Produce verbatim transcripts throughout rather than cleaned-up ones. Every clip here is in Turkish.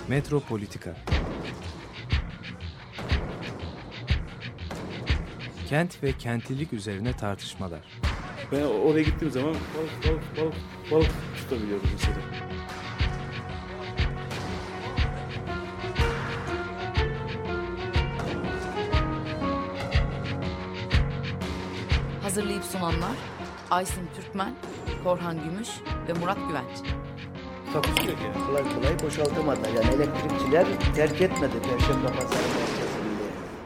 Metropolitika. Kent ve kentlilik üzerine tartışmalar. Ben oraya gittiğim zaman balık balık balık balık tutabiliyorum mesela. Hazırlayıp sunanlar Aysin Türkmen, Korhan Gümüş ve Murat Güvenç. Takusuyor ki. Kolay kolay boşaltamadı. Yani elektrikçiler terk etmedi Perşembe Pazarı merkezinde.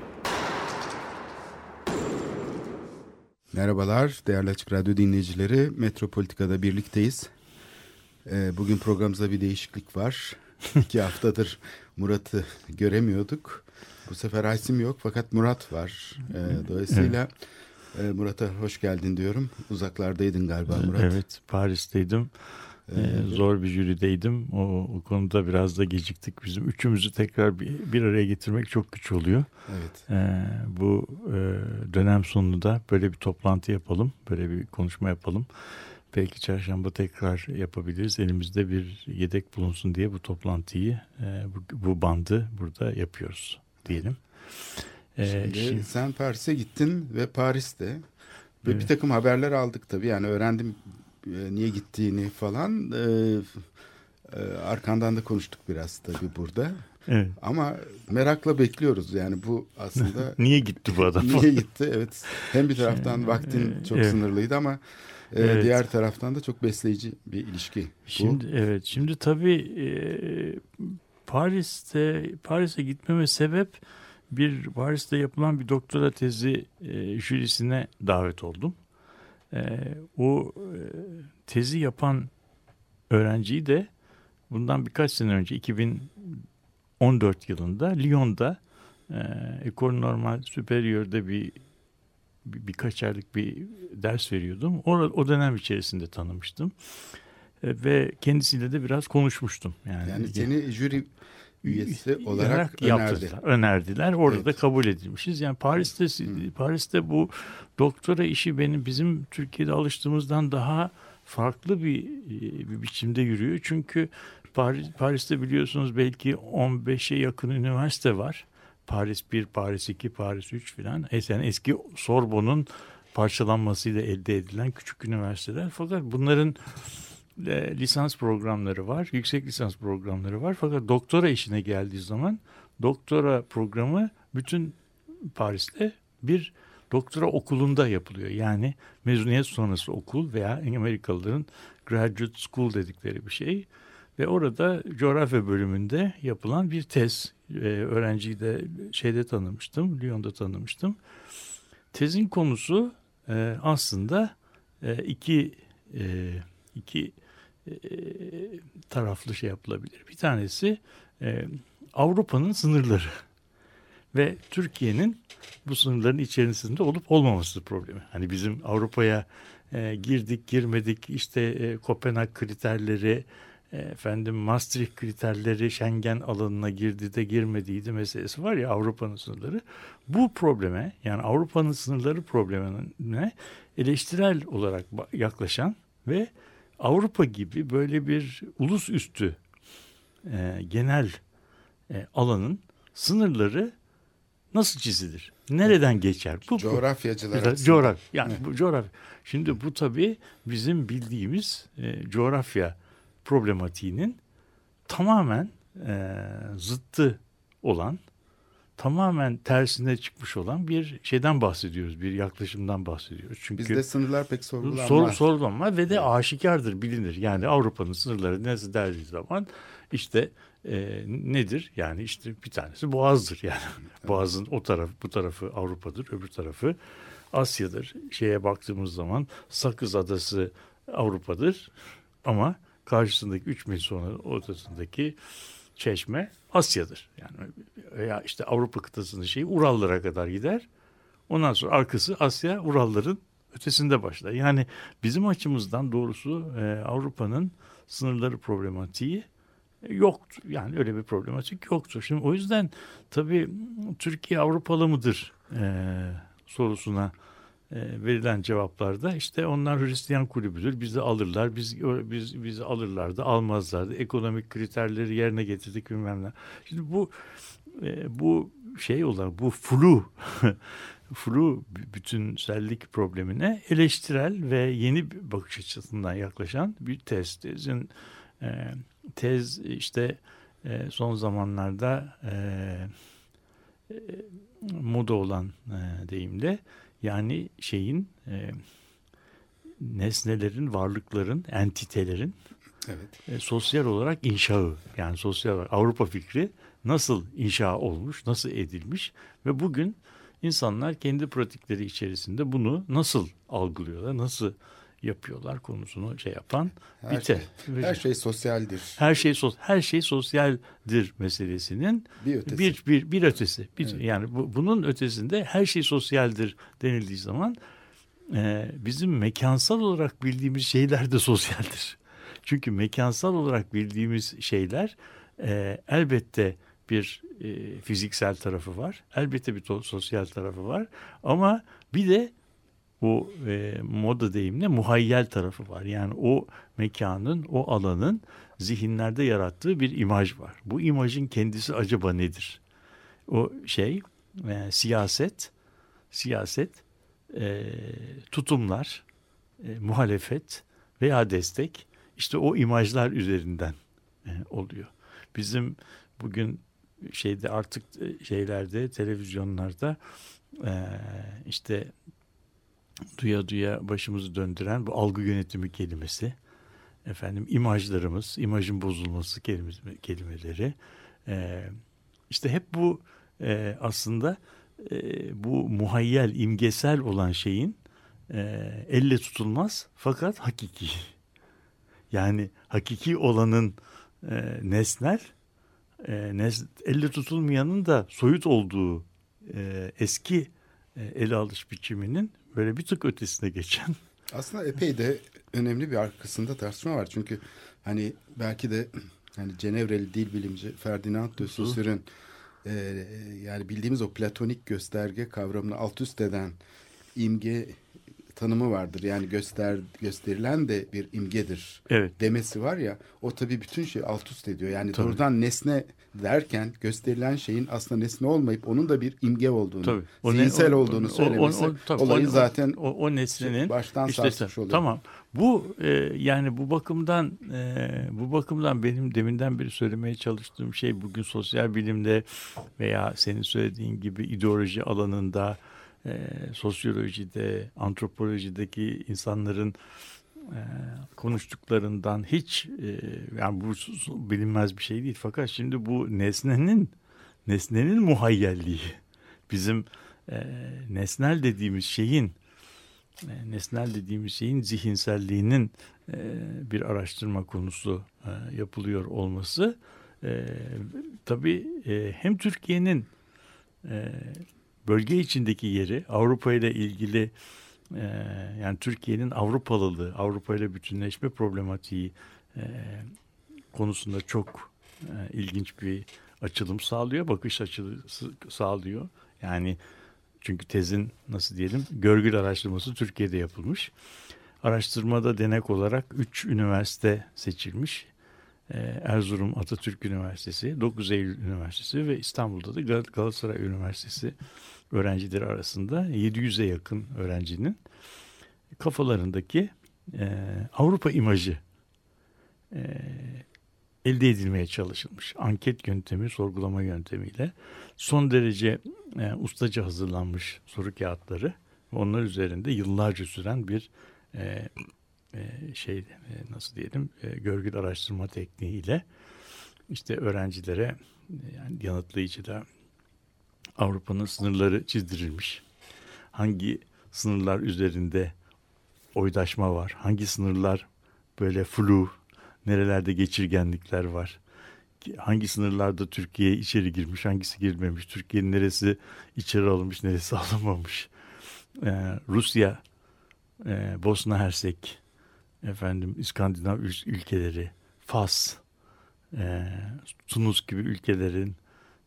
Merhabalar değerli Açık Radyo dinleyicileri. Metropolitika'da birlikteyiz. Ee, bugün programımızda bir değişiklik var. İki haftadır Murat'ı göremiyorduk. Bu sefer Aysim yok fakat Murat var. Ee, dolayısıyla e, Murat'a hoş geldin diyorum. Uzaklardaydın galiba Murat. Evet, Paris'teydim. Ee, zor bir jürideydim. O, o konuda biraz da geciktik. Bizim üçümüzü tekrar bir, bir araya getirmek çok güç oluyor. Evet. Ee, bu e, dönem sonunda böyle bir toplantı yapalım. Böyle bir konuşma yapalım. Belki çarşamba tekrar yapabiliriz. Elimizde bir yedek bulunsun diye bu toplantıyı, e, bu, bu bandı burada yapıyoruz diyelim. Ee, şimdi, şimdi sen Paris'e gittin ve Paris'te ve evet. bir takım haberler aldık tabii. Yani öğrendim e, niye gittiğini falan. E, e, arkandan da konuştuk biraz tabii burada. Evet. Ama merakla bekliyoruz yani bu aslında. Niye gitti bu adam? Niye gitti? Evet. Hem bir taraftan vaktin çok evet. sınırlıydı ama e, evet. diğer taraftan da çok besleyici bir ilişki. Şimdi bu. evet. Şimdi tabii e, Paris'te Paris'e gitmeme sebep bir Paris'te yapılan bir doktora tezi e, jürisine davet oldum. E, o e, tezi yapan öğrenciyi de bundan birkaç sene önce iki bin on dört yılında Lyon'da e, École Normale Supérieur'de bir, bir birkaç aylık bir ders veriyordum. O, o dönem içerisinde tanımıştım. E, ve kendisiyle de biraz konuşmuştum. Yani, yani seni jüri üyesi olarak önerdi. önerdiler. Orada evet. da kabul edilmişiz. Yani Paris'te hmm. Paris'te bu doktora işi benim bizim Türkiye'de alıştığımızdan daha farklı bir bir biçimde yürüyor. Çünkü Paris, Paris'te biliyorsunuz belki on beşe yakın üniversite var. Paris bir, Paris iki, Paris üç filan. Yani eski Sorbonne'un parçalanmasıyla elde edilen küçük üniversiteler. Fakat bunların e, lisans programları var, yüksek lisans programları var. Fakat doktora işine geldiği zaman doktora programı bütün Paris'te bir doktora okulunda yapılıyor. Yani mezuniyet sonrası okul veya Amerikalıların graduate school dedikleri bir şey. Ve orada coğrafya bölümünde yapılan bir tez. Ee, öğrenciyi de şeyde tanımıştım, Lyon'da tanımıştım. Tezin konusu e, aslında e, iki e, iki e, taraflı şey yapılabilir. Bir tanesi e, Avrupa'nın sınırları ve Türkiye'nin bu sınırların içerisinde olup olmaması problemi. Hani bizim Avrupa'ya e, girdik, girmedik, işte e, Kopenhag kriterleri, e, efendim Maastricht kriterleri, Schengen alanına girdi de girmediydi meselesi var ya, Avrupa'nın sınırları. Bu probleme, yani Avrupa'nın sınırları problemine eleştirel olarak yaklaşan ve Avrupa gibi böyle bir ulusüstü e, genel e, alanın sınırları nasıl çizilir? Nereden geçer? Bu coğrafyacılar bu, coğrafya. Yani bu coğrafya. Şimdi bu tabii bizim bildiğimiz e, coğrafya problematiğinin tamamen e, zıttı olan, tamamen tersine çıkmış olan bir şeyden bahsediyoruz, bir yaklaşımdan bahsediyoruz. Çünkü bizde sınırlar pek sorgulanmaz. Sor, sorgulanmaz ve de evet. aşikardır, bilinir. Yani Avrupa'nın sınırları nasıl derdiği zaman işte e, nedir? Yani işte bir tanesi Boğaz'dır. Yani evet. Boğaz'ın o tarafı, bu tarafı Avrupa'dır, öbür tarafı Asya'dır. Şeye baktığımız zaman Sakız Adası Avrupa'dır ama karşısındaki üç mil sonra ortasındaki çeşme Asya'dır. Yani veya işte Avrupa kıtasının şeyi Urallara kadar gider. Ondan sonra arkası Asya, Uralların ötesinde başlar. Yani bizim açımızdan doğrusu e, Avrupa'nın sınırları problematiği yoktur. Yani öyle bir problematik yoktur. Şimdi o yüzden tabii Türkiye Avrupalı mıdır e, sorusuna e, verilen cevaplarda işte onlar Hristiyan kulübüdür, bizi alırlar, biz biz bizi alırlardı, almazlardı, ekonomik kriterleri yerine getirdik bilmem ne. Şimdi bu e, bu şey olarak bu flu flu bütünsellik problemine eleştirel ve yeni bir bakış açısından yaklaşan bir tez. Tezin e, tez işte e, son zamanlarda e, e, moda olan e, deyimle, yani şeyin e, nesnelerin, varlıkların, entitelerin Evet. e, sosyal olarak inşağı, yani sosyal olarak Avrupa fikri nasıl inşa olmuş, nasıl edilmiş ve bugün insanlar kendi pratikleri içerisinde bunu nasıl algılıyorlar, nasıl yapıyorlar konusunu şey yapan Her bir te. şey, her şey sosyaldir. Her şey sos her şey sosyaldir meselesinin Bir ötesi. bir bir bir ötesi. Bir, Evet. Yani bu, bunun ötesinde her şey sosyaldir denildiği zaman e, bizim mekansal olarak bildiğimiz şeyler de sosyaldir. Çünkü mekansal olarak bildiğimiz şeyler e, elbette bir e, fiziksel tarafı var. Elbette bir to- sosyal tarafı var. Ama bir de o e, moda deyimle muhayyel tarafı var. Yani o mekanın, o alanın zihinlerde yarattığı bir imaj var. Bu imajın kendisi acaba nedir? O şey e, siyaset, siyaset, e, tutumlar, e, muhalefet veya destek işte o imajlar üzerinden e, oluyor. Bizim bugün şeyde artık şeylerde, televizyonlarda e, işte duya duya başımızı döndüren bu algı yönetimi kelimesi, efendim imajlarımız, imajın bozulması kelimesi, kelimeleri, e, işte hep bu e, aslında e, bu muhayyel, imgesel olan şeyin e, elle tutulmaz fakat hakiki. Yani hakiki olanın e, nesnel, e, nes, elle tutulmayanın da soyut olduğu e, eski e, ele alış biçiminin böyle bir tık ötesine geçen. Aslında epey de önemli bir arkasında tartışma var. Çünkü hani belki de hani Cenevreli dil bilimci Ferdinand de Saussure'ün e, yani bildiğimiz o platonik gösterge kavramını alt üst eden imge tanımı vardır. Yani göster gösterilen de bir imgedir. Evet. Demesi var ya, o tabii bütün şeyi alt üst ediyor. Yani Tabii. doğrudan nesne derken gösterilen şeyin aslında nesne olmayıp onun da bir imge olduğunu, Tabii. O zihinsel ne, o, olduğunu o, söylemesi o, o, tabii, olayı o, zaten o, o nesnenin baştan işte, sarsmış oluyor. Tamam. Bu e, yani bu bakımdan e, bu bakımdan benim deminden beri söylemeye çalıştığım şey bugün sosyal bilimde veya senin söylediğin gibi ideoloji alanında, e, sosyolojide, antropolojideki insanların e, konuştuklarından hiç e, yani bu bilinmez bir şey değil. Fakat şimdi bu nesnenin nesnenin muhayyelliği, bizim e, nesnel dediğimiz şeyin e, nesnel dediğimiz şeyin zihinselliğinin e, bir araştırma konusu e, yapılıyor olması e, tabii e, hem Türkiye'nin e, bölge içindeki yeri, Avrupa ile ilgili e, yani Türkiye'nin Avrupalılığı, Avrupa ile bütünleşme problematiği e, konusunda çok e, ilginç bir açılım sağlıyor, bakış açısı sağlıyor. Yani çünkü tezin nasıl diyelim görgül araştırması Türkiye'de yapılmış. Araştırmada denek olarak üç üniversite seçilmiş. Erzurum Atatürk Üniversitesi, dokuz Eylül Üniversitesi ve İstanbul'da da Galatasaray Üniversitesi öğrencileri arasında yedi yüze yakın öğrencinin kafalarındaki e, Avrupa imajı e, elde edilmeye çalışılmış. Anket yöntemi, sorgulama yöntemiyle son derece e, ustaca hazırlanmış soru kağıtları ve onlar üzerinde yıllarca süren bir e, e, şey e, nasıl diyelim e, görgül araştırma tekniğiyle işte öğrencilere e, yani yanıtlayıcıda Avrupa'nın sınırları çizdirilmiş. Hangi sınırlar üzerinde oydaşma var? Hangi sınırlar böyle flu, nerelerde geçirgenlikler var? Hangi sınırlarda Türkiye içeri girmiş, hangisi girmemiş? Türkiye'nin neresi içeri alınmış, neresi alınmamış? Ee, Rusya, e, Bosna Hersek, efendim İskandinav ül- ülkeleri, Fas, e, Tunus gibi ülkelerin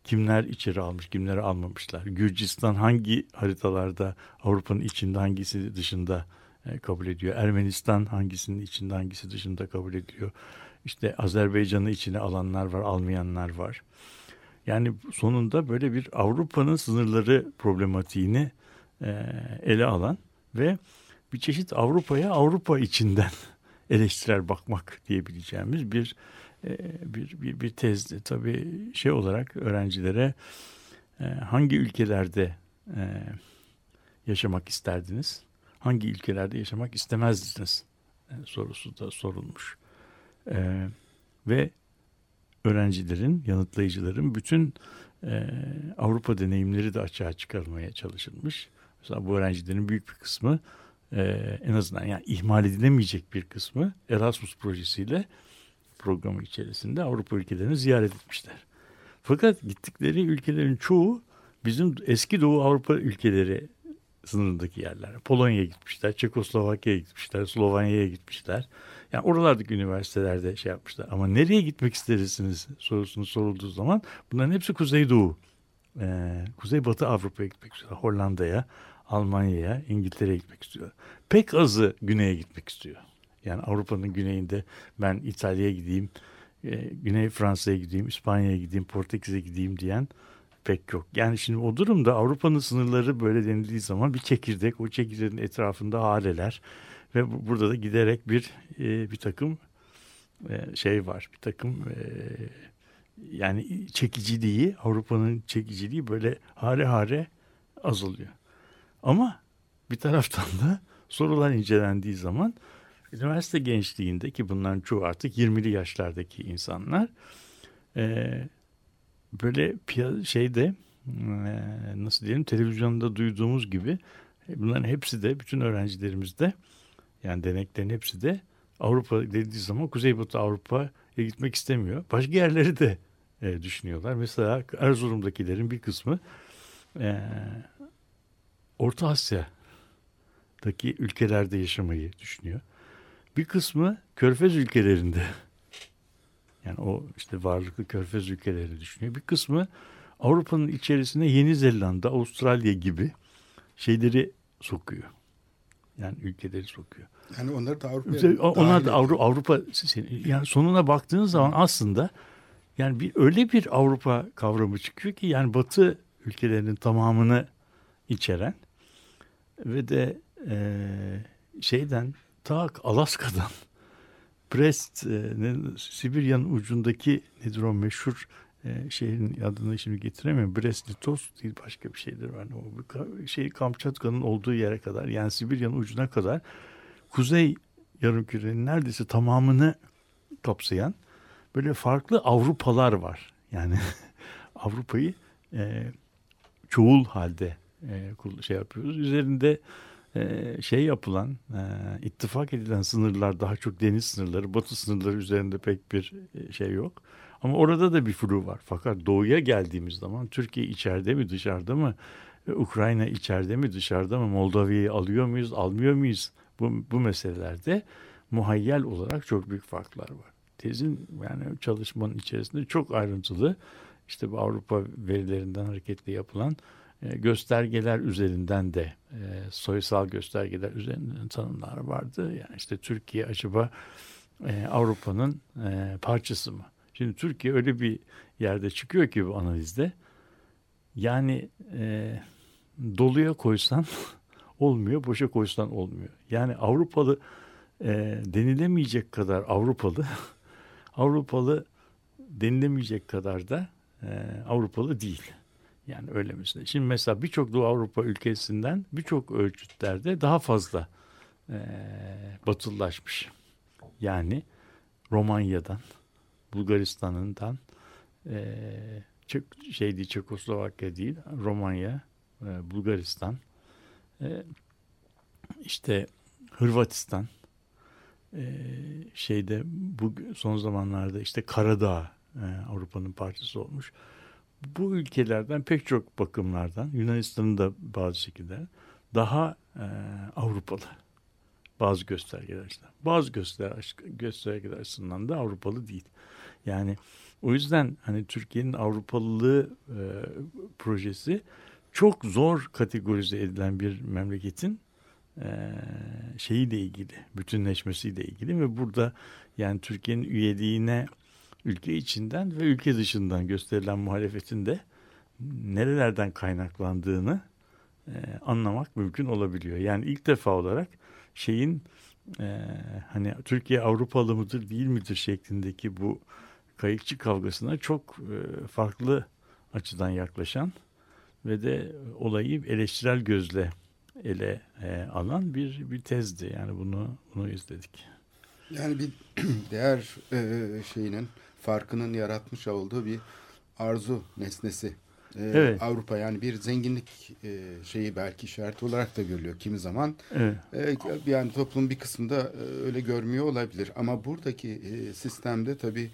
kimler içeri almış, kimleri almamışlar. Gürcistan hangi haritalarda Avrupa'nın içinde, hangisi dışında e, kabul ediyor. Ermenistan hangisinin içinde, hangisi dışında kabul ediyor. İşte Azerbaycan'ı içine alanlar var, almayanlar var. Yani sonunda böyle bir Avrupa'nın sınırları problematiğini e, ele alan ve bir çeşit Avrupa'ya Avrupa içinden eleştirel bakmak diyebileceğimiz bir e, bir bir, bir tezdi. Tabii şey olarak öğrencilere e, hangi ülkelerde e, yaşamak isterdiniz? Hangi ülkelerde yaşamak istemezdiniz? E, sorusu da sorulmuş. E, ve öğrencilerin, yanıtlayıcıların bütün e, Avrupa deneyimleri de açığa çıkarmaya çalışılmış. Mesela bu öğrencilerin büyük bir kısmı e, en azından yani ihmal edilemeyecek bir kısmı Erasmus projesiyle programı içerisinde Avrupa ülkelerini ziyaret etmişler. Fakat gittikleri ülkelerin çoğu bizim eski Doğu Avrupa ülkeleri sınırındaki yerler. Polonya'ya gitmişler, Çekoslovakya'ya gitmişler, Slovanya'ya gitmişler. Yani oralardaki üniversitelerde şey yapmışlar. Ama nereye gitmek istersiniz sorusunu sorulduğu zaman bunların hepsi Kuzeydoğu. Ee, Kuzeybatı Avrupa'ya gitmek istiyor. Hollanda'ya, Almanya'ya, İngiltere'ye gitmek istiyor. Pek azı güneye gitmek istiyor. Yani Avrupa'nın güneyinde ben İtalya'ya gideyim, e, Güney Fransa'ya gideyim, İspanya'ya gideyim, Portekiz'e gideyim diyen pek yok. Yani şimdi o durumda Avrupa'nın sınırları böyle denildiği zaman bir çekirdek, o çekirdeğin etrafında haleler ve bu, burada da giderek bir e, bir takım e, şey var, bir takım e, yani çekiciliği, Avrupa'nın çekiciliği böyle hare hare azalıyor. Ama bir taraftan da sorular incelendiği zaman üniversite gençliğinde ki bunların çoğu artık yirmili yaşlardaki insanlar e, böyle şeyde nasıl diyelim televizyonda duyduğumuz gibi bunların hepsi de bütün öğrencilerimiz de yani deneklerin hepsi de Avrupa dediği zaman Kuzeybatı Avrupa'ya gitmek istemiyor. Başka yerleri de e, düşünüyorlar. Mesela Erzurum'dakilerin bir kısmı e, Orta Asya'daki ülkelerde yaşamayı düşünüyor. Bir kısmı Körfez ülkelerinde yani o işte varlıklı Körfez ülkeleri düşünüyor. Bir kısmı Avrupa'nın içerisine Yeni Zelanda, Avustralya gibi şeyleri sokuyor. Yani ülkeleri sokuyor. Yani onlar da Avrupa'ya onlar da Avrupa, Avrupa yani sonuna baktığın zaman aslında yani bir öyle bir Avrupa kavramı çıkıyor ki yani Batı ülkelerinin tamamını içeren ve de e, şeyden ta Alaska'dan Brest, e, Sibirya'nın ucundaki nedir o meşhur e, şehrin adını şimdi getiremiyorum. Brest-Litovsk değil başka bir şeydir. Yani o şey Kamçatka'nın olduğu yere kadar yani Sibirya'nın ucuna kadar Kuzey Yarımküre'nin neredeyse tamamını kapsayan böyle farklı Avrupalar var. Yani Avrupa'yı e, çoğul halde e, şey yapıyoruz. Üzerinde Ee, şey yapılan, e, ittifak edilen sınırlar daha çok deniz sınırları, batı sınırları üzerinde pek bir şey yok. Ama orada da bir flu var. Fakat doğuya geldiğimiz zaman Türkiye içeride mi dışarıda mı, Ukrayna içeride mi dışarıda mı, Moldova'yı alıyor muyuz, almıyor muyuz? Bu, bu meselelerde muhayyel olarak çok büyük farklar var. Tezin yani çalışmanın içerisinde çok ayrıntılı işte bu Avrupa verilerinden hareketle yapılan göstergeler üzerinden de e, soysal göstergeler üzerinden tanımlar vardı. Yani işte Türkiye acaba e, Avrupa'nın e, parçası mı? Şimdi Türkiye öyle bir yerde çıkıyor ki bu analizde. Yani e, doluya koysan olmuyor, boşa koysan olmuyor. Yani Avrupalı e, denilemeyecek kadar Avrupalı, Avrupalı denilemeyecek kadar da e, Avrupalı değil. Yani öyle mesela. Şimdi mesela birçok Doğu Avrupa ülkesinden birçok ölçütlerde daha fazla e, batılılaşmış. Yani Romanya'dan, Bulgaristan'ından e, Çek, şeydi Çekoslovakya değil, Romanya, e, Bulgaristan, e, işte Hırvatistan, e, şeyde bu son zamanlarda işte Karadağ e, Avrupa'nın parçası olmuş. Bu ülkelerden pek çok bakımlardan Yunanistan'ın da bazı şekilde daha e, Avrupalı bazı göstergeler açısından. Bazı göster göstergeler açısından da Avrupalı değil. Yani O yüzden hani Türkiye'nin Avrupalılığı e, projesi çok zor kategorize edilen bir memleketin e, şeyiyle ilgili, bütünleşmesiyle ilgili ve burada yani Türkiye'nin üyeliğine ülke içinden ve ülke dışından gösterilen muhalefetin de nerelerden kaynaklandığını e, anlamak mümkün olabiliyor. Yani ilk defa olarak şeyin e, hani Türkiye Avrupalı mıdır değil midir şeklindeki bu kayıkçı kavgasına çok e, farklı açıdan yaklaşan ve de olayı eleştirel gözle ele e, alan bir bir tezdi. Yani bunu bunu izledik. Yani bir değer e, şeyinin farkının yaratmış olduğu bir arzu nesnesi. E, Evet. Avrupa yani bir zenginlik e, şeyi belki işareti olarak da görülüyor kimi zaman. Evet. E, yani toplumun bir kısmında e, öyle görmüyor olabilir. Ama buradaki e, sistemde tabii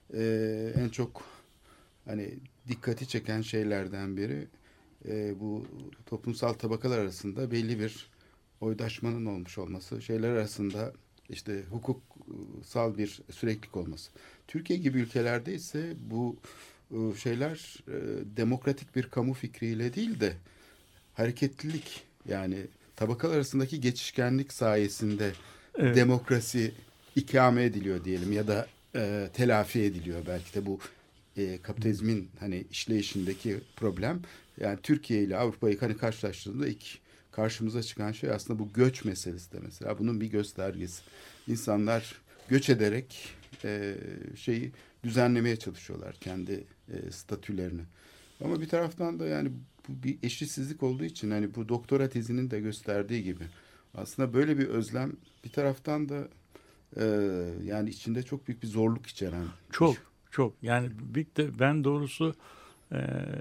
e, en çok hani dikkati çeken şeylerden biri e, bu toplumsal tabakalar arasında belli bir oydaşmanın olmuş olması. Şeyler arasında işte hukuksal bir süreklilik olması. Türkiye gibi ülkelerde ise bu e, şeyler e, demokratik bir kamu fikriyle değil de hareketlilik yani tabakalar arasındaki geçişkenlik sayesinde Evet. demokrasi ikame ediliyor diyelim ya da e, telafi ediliyor belki de bu e, kapitalizmin hani işleyişindeki problem. Yani Türkiye ile Avrupa'yı hani karşılaştırdığında ilk karşımıza çıkan şey aslında bu göç meselesi de mesela bunun bir göstergesi. İnsanlar göç ederek e, şeyi düzenlemeye çalışıyorlar kendi e, statülerini. Ama bir taraftan da yani bu bir eşitsizlik olduğu için hani bu doktora tezinin de gösterdiği gibi aslında böyle bir özlem bir taraftan da e, yani içinde çok büyük bir zorluk içeren. Çok çok yani bir de ben doğrusu e,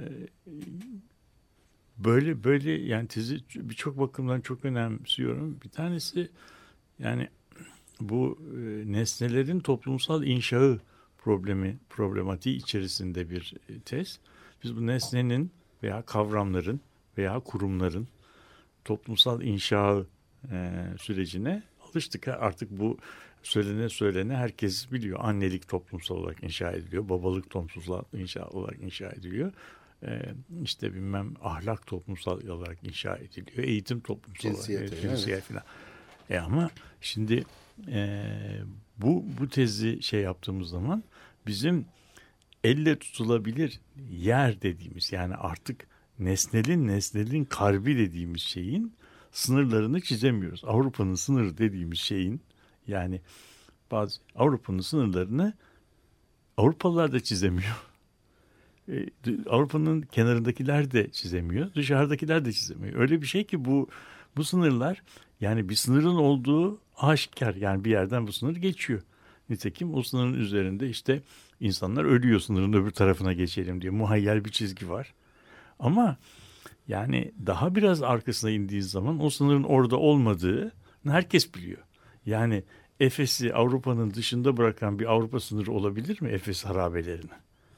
böyle böyle yani tezi birçok bakımdan çok önemsiyorum. Bir tanesi yani bu e, nesnelerin toplumsal inşağı problemi problematiği içerisinde bir e, tez. Biz bu nesnenin veya kavramların veya kurumların toplumsal inşağı e, sürecine alıştık. Artık bu söylene söylene herkes biliyor. Annelik toplumsal olarak inşa ediliyor. Babalık toplumsal inşa olarak inşa ediliyor. Ee, işte bilmem ahlak toplumsal olarak inşa ediliyor. Eğitim toplumsal Cinsiyet, olarak. evet. Cinsiyet falan. E ama şimdi e, bu bu tezi şey yaptığımız zaman bizim elle tutulabilir yer dediğimiz yani artık nesnelin nesnelin kalbi dediğimiz şeyin sınırlarını çizemiyoruz. Avrupa'nın sınırı dediğimiz şeyin yani bazı Avrupa'nın sınırlarını Avrupalılar da çizemiyor. Ee, Avrupa'nın kenarındakiler de çizemiyor. Dışarıdakiler de çizemiyor. Öyle bir şey ki bu bu sınırlar yani bir sınırın olduğu aşikar. Yani bir yerden bu sınır geçiyor. Nitekim o sınırın üzerinde işte insanlar ölüyor sınırın öbür tarafına geçelim diye muhayyel bir çizgi var. Ama yani daha biraz arkasına indiği zaman o sınırın orada olmadığını herkes biliyor. Yani Efes'i Avrupa'nın dışında bırakan bir Avrupa sınırı olabilir mi Efes harabelerine?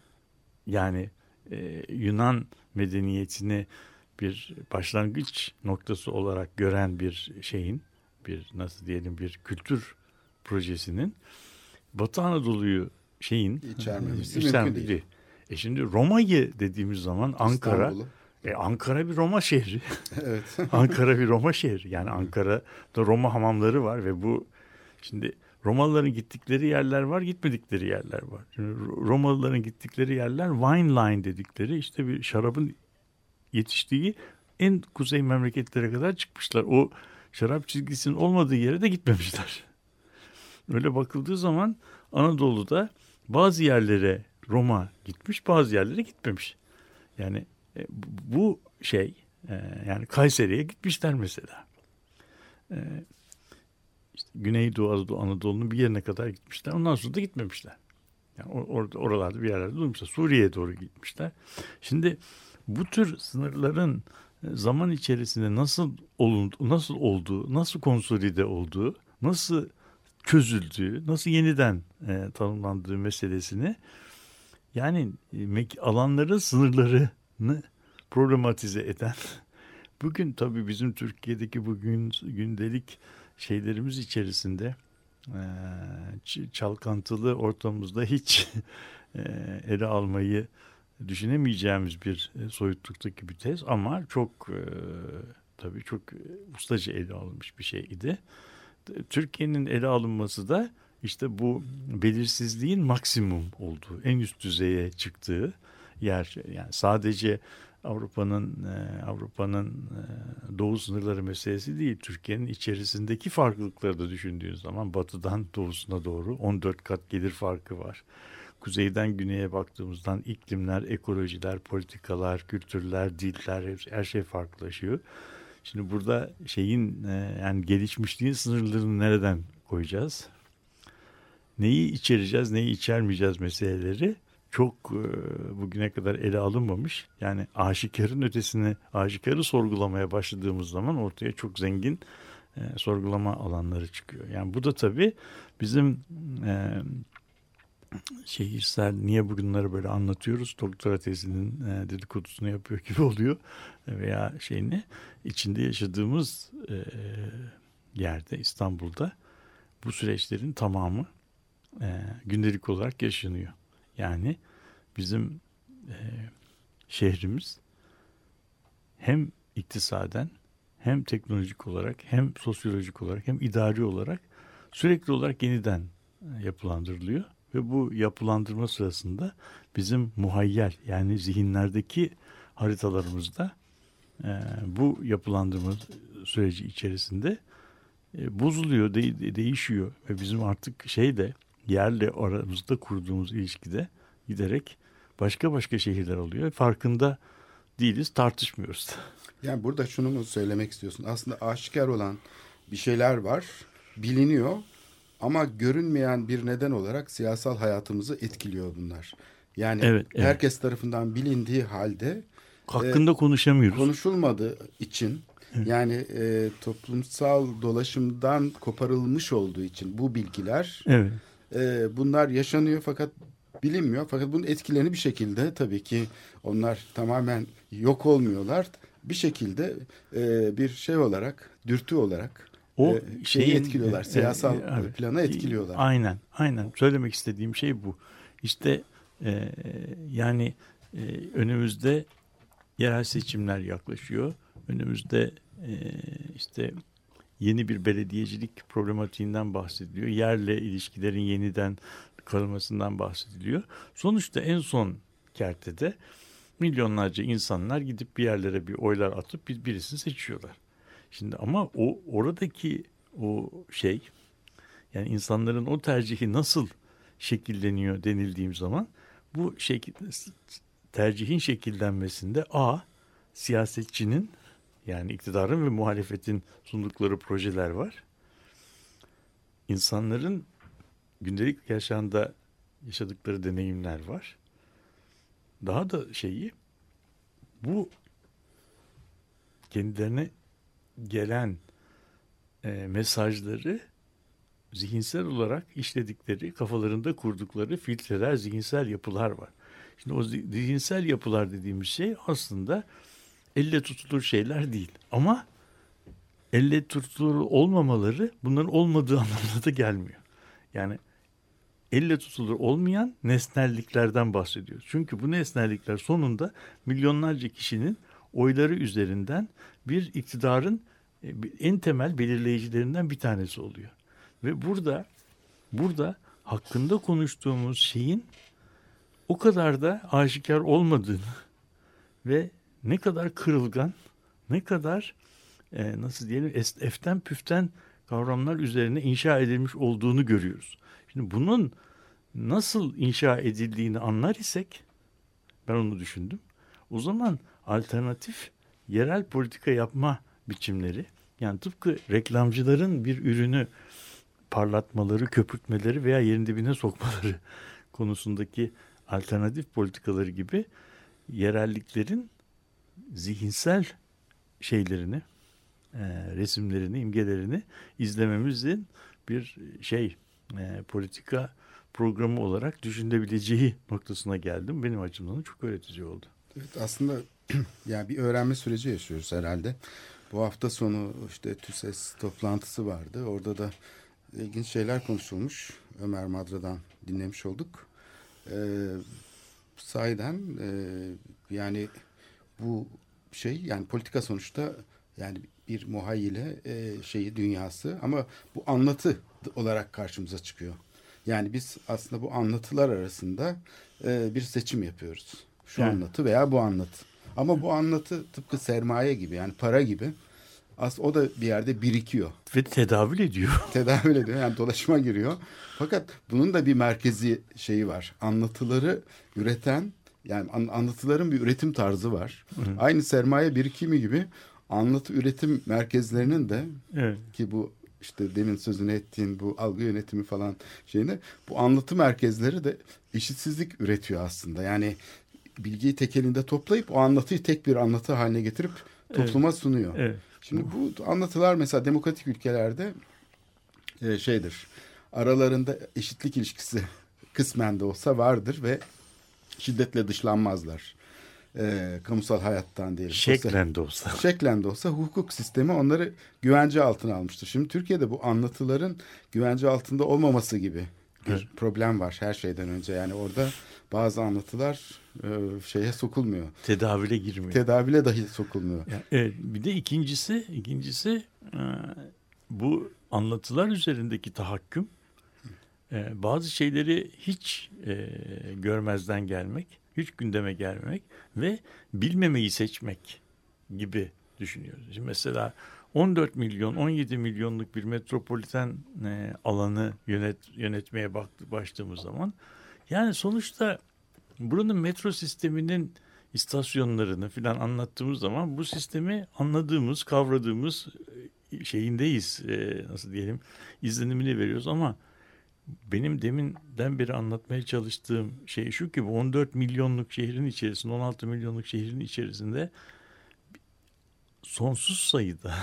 Yani e, Yunan medeniyetini bir başlangıç noktası olarak gören bir şeyin, bir nasıl diyelim bir kültür projesinin Batı Anadolu'yu şeyin İçermemesi içten mümkün değil. E şimdi Roma'yı dediğimiz zaman Ankara, İstanbul'u. e Ankara bir Roma şehri. Evet. Ankara bir Roma şehri. Yani Ankara'da Roma hamamları var ve bu şimdi Romalıların gittikleri yerler var, gitmedikleri yerler var. Şimdi Romalıların gittikleri yerler wine line dedikleri işte bir şarabın yetiştiği en kuzey memleketlere kadar çıkmışlar. O şarap çizgisinin olmadığı yere de gitmemişler. Öyle bakıldığı zaman Anadolu'da bazı yerlere Roma gitmiş, bazı yerlere gitmemiş. Yani e, bu şey e, yani Kayseri'ye gitmişler mesela. E, işte Güneydoğu Anadolu'nun bir yerine kadar gitmişler. Ondan sonra da gitmemişler. Yani orada oralarda bir yerlerde durmuşlar. Suriye'ye doğru gitmişler. Şimdi bu tür sınırların zaman içerisinde nasıl olundu, nasıl olduğu, nasıl konsolide olduğu, nasıl çözüldüğü, nasıl yeniden e, tanımlandığı meselesini yani e, alanların sınırlarını problematize eden bugün tabii bizim Türkiye'deki bugün gündelik şeylerimiz içerisinde ç- çalkantılı ortamımızda hiç e, ele almayı düşünemeyeceğimiz bir e, soyutluktaki bir tez ama çok e, tabii çok e, ustaca ele alınmış bir şeydi. Türkiye'nin ele alınması da işte bu belirsizliğin maksimum olduğu, en üst düzeye çıktığı yer. Yani sadece Avrupa'nın e, Avrupa'nın e, doğu sınırları meselesi değil. Türkiye'nin içerisindeki farklılıkları da düşündüğün zaman batıdan doğusuna doğru on dört kat gelir farkı var. Kuzeyden güneye baktığımızdan iklimler, ekolojiler, politikalar, kültürler, diller her şey farklılaşıyor. Şimdi burada şeyin e, yani gelişmişliğin sınırlarını nereden koyacağız? Neyi içereceğiz, neyi içermeyeceğiz meseleleri çok e, bugüne kadar ele alınmamış. Yani aşikarın ötesini, aşikarı sorgulamaya başladığımız zaman ortaya çok zengin e, sorgulama alanları çıkıyor. Yani bu da tabii bizim e, şehirsel niye bugünleri böyle anlatıyoruz? Doktora tezinin e, dedikodusunu yapıyor gibi oluyor. Veya şeyini içinde yaşadığımız e, yerde İstanbul'da bu süreçlerin tamamı e, gündelik olarak yaşanıyor. Yani bizim e, şehrimiz hem iktisaden hem teknolojik olarak hem sosyolojik olarak hem idari olarak sürekli olarak yeniden e, yapılandırılıyor. Ve bu yapılandırma sırasında bizim muhayyel yani zihinlerdeki haritalarımızda e, bu yapılandırma süreci içerisinde e, bozuluyor, de, değişiyor. Ve bizim artık şey de yerle aramızda kurduğumuz ilişkide giderek başka başka şehirler oluyor. Farkında değiliz, tartışmıyoruz. Yani burada şunu mu söylemek istiyorsun? Aslında aşikar olan bir şeyler var, biliniyor. Ama görünmeyen bir neden olarak siyasal hayatımızı etkiliyor bunlar. Yani evet, evet. herkes tarafından bilindiği halde hakkında e, konuşamıyoruz. Konuşulmadığı için evet. yani e, toplumsal dolaşımdan koparılmış olduğu için bu bilgiler evet. e, bunlar yaşanıyor fakat bilinmiyor. Fakat bunun etkilerini bir şekilde tabii ki onlar tamamen yok olmuyorlar. Bir şekilde e, bir şey olarak, dürtü olarak o şeyi şeyin, etkiliyorlar. Siyasal e, e, planı etkiliyorlar. Aynen. Aynen. Söylemek istediğim şey bu. İşte e, yani e, önümüzde yerel seçimler yaklaşıyor. Önümüzde e, işte yeni bir belediyecilik problematiğinden bahsediliyor. Yerle ilişkilerin yeniden kurulmasından bahsediliyor. Sonuçta en son kertede milyonlarca insanlar gidip bir yerlere bir oylar atıp bir birisini seçiyorlar. Şimdi ama o oradaki o şey yani insanların o tercihi nasıl şekilleniyor denildiğim zaman bu şekil, tercihin şekillenmesinde a siyasetçinin yani iktidarın ve muhalefetin sundukları projeler var. İnsanların gündelik yaşamda yaşadıkları deneyimler var. Daha da şeyi bu kendilerine gelen e, mesajları zihinsel olarak işledikleri, kafalarında kurdukları filtreler, zihinsel yapılar var. Şimdi o zihinsel yapılar dediğimiz şey aslında elle tutulur şeyler değil. Ama elle tutulur olmamaları bunların olmadığı anlamına da gelmiyor. Yani elle tutulur olmayan nesnelliklerden bahsediyoruz. Çünkü bu nesnellikler sonunda milyonlarca kişinin oyları üzerinden bir iktidarın en temel belirleyicilerinden bir tanesi oluyor. Ve burada burada hakkında konuştuğumuz şeyin o kadar da aşikar olmadığını ve ne kadar kırılgan, ne kadar e, nasıl diyelim eften püften kavramlar üzerine inşa edilmiş olduğunu görüyoruz. Şimdi bunun nasıl inşa edildiğini anlar isek, ben onu düşündüm. O zaman alternatif yerel politika yapma biçimleri, yani tıpkı reklamcıların bir ürünü parlatmaları, köpürtmeleri veya yerin dibine sokmaları konusundaki alternatif politikaları gibi yerelliklerin zihinsel şeylerini, e, resimlerini, imgelerini izlememizin bir şey e, politika programı olarak düşünülebileceği noktasına geldim. Benim açımdan çok öğretici oldu. Evet, aslında yani bir öğrenme süreci yaşıyoruz herhalde. Bu hafta sonu işte TÜSES toplantısı vardı. Orada da ilginç şeyler konuşulmuş. Ömer Madra'dan dinlemiş olduk. Ee, sahiden e, yani bu şey, yani politika sonuçta yani bir muhayyile e, şeyi dünyası, ama bu anlatı olarak karşımıza çıkıyor. Yani biz aslında bu anlatılar arasında e, bir seçim yapıyoruz. Şu yani. anlatı veya bu anlatı. Ama bu anlatı tıpkı sermaye gibi, yani para gibi. Aslında o da bir yerde birikiyor. Ve tedavül ediyor. Tedavül ediyor, yani dolaşıma giriyor. Fakat bunun da bir merkezi şeyi var. Anlatıları üreten, yani anlatıların bir üretim tarzı var. Hı. Aynı sermaye birikimi gibi anlatı üretim merkezlerinin de, evet, ki bu işte demin sözünü ettiğin bu algı yönetimi falan şeyinde, bu anlatı merkezleri de eşitsizlik üretiyor aslında. Yani bilgiyi tek elinde toplayıp o anlatıyı tek bir anlatı haline getirip topluma evet. sunuyor. Evet. Şimdi bu anlatılar mesela demokratik ülkelerde e, şeydir. Aralarında eşitlik ilişkisi kısmen de olsa vardır ve şiddetle dışlanmazlar. E, kamusal hayattan diyelim. Şeklen de olsa. Şeklen de olsa hukuk sistemi onları güvence altına almıştır. Şimdi Türkiye'de bu anlatıların güvence altında olmaması gibi bir evet. problem var her şeyden önce. Yani orada bazı anlatılar e, şeye sokulmuyor. Tedavüle girmiyor. Tedavüle dahi sokulmuyor. Yani, evet, bir de ikincisi, ikincisi e, bu anlatılar üzerindeki tahakküm, e, bazı şeyleri hiç e, görmezden gelmek, hiç gündeme gelmemek ve bilmemeyi seçmek gibi düşünüyoruz. Şimdi mesela on dört milyon, on yedi milyonluk bir metropoliten e, alanı yönet, yönetmeye baktı, başladığımız zaman, yani sonuçta buranın metro sisteminin istasyonlarını filan anlattığımız zaman bu sistemi anladığımız, kavradığımız şeyindeyiz. E, nasıl diyelim, izlenimini veriyoruz ama benim deminden beri anlatmaya çalıştığım şey şu ki, bu on dört milyonluk şehrin içerisinde, on altı milyonluk şehrin içerisinde sonsuz sayıda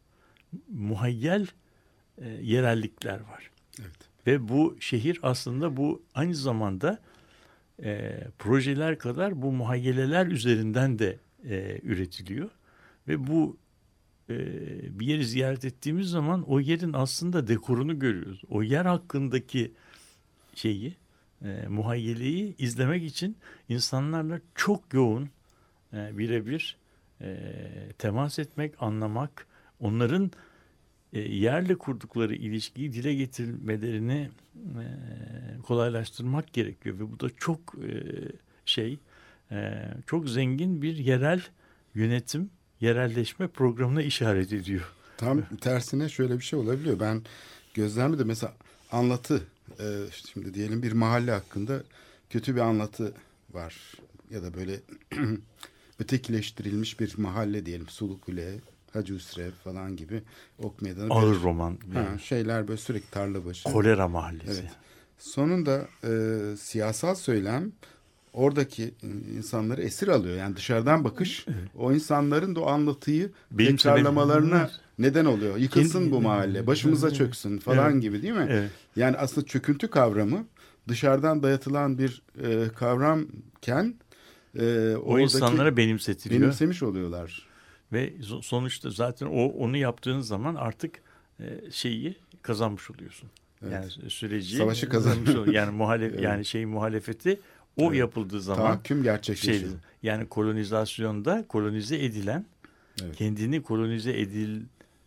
muhayyel e, yerellikler var. Evet. Ve bu şehir aslında bu aynı zamanda e, projeler kadar bu muhayyeleler üzerinden de e, üretiliyor. Ve bu e, bir yeri ziyaret ettiğimiz zaman o yerin aslında dekorunu görüyoruz. O yer hakkındaki şeyi, e, muhayyeleyi izlemek için insanlarla çok yoğun e, birebir e, temas etmek, anlamak, onların e, yerle kurdukları ilişkiyi dile getirmelerini e, kolaylaştırmak gerekiyor ve bu da çok e, şey, e, çok zengin bir yerel yönetim, yerelleşme programına işaret ediyor. Tam tersine şöyle bir şey olabiliyor. Ben gözlemde mesela anlatı, e, şimdi diyelim bir mahalle hakkında kötü bir anlatı var ya da böyle ötekileştirilmiş bir mahalle diyelim, Sulukule, Hacı Hüsrev falan gibi, Ok Meydanı. Ağır bir, roman. Ha, yani. Şeyler böyle sürekli Tarlabaşı. Kolera mahallesi. Evet. Sonunda e, siyasal söylem oradaki insanları esir alıyor. Yani dışarıdan bakış evet. o insanların da o anlatıyı benim tekrarlamalarına neden oluyor. Yıkılsın Kendi, bu mahalle, başımıza evet. çöksün falan evet. gibi değil mi? Evet. Yani aslında çöküntü kavramı dışarıdan dayatılan bir e, kavramken e, o insanlara benimsetiliyor. Benimsemiş oluyorlar. Ve sonuçta zaten o onu yaptığın zaman artık e, şeyi kazanmış oluyorsun. Evet. Yani süreci savaşı kazanmış oluyorsun. Yani muhalef evet. yani şey muhalefeti o evet. yapıldığı zaman tahakküm gerçekleşiyor. Şey, yani kolonizasyonda kolonize edilen evet. kendini kolonize edil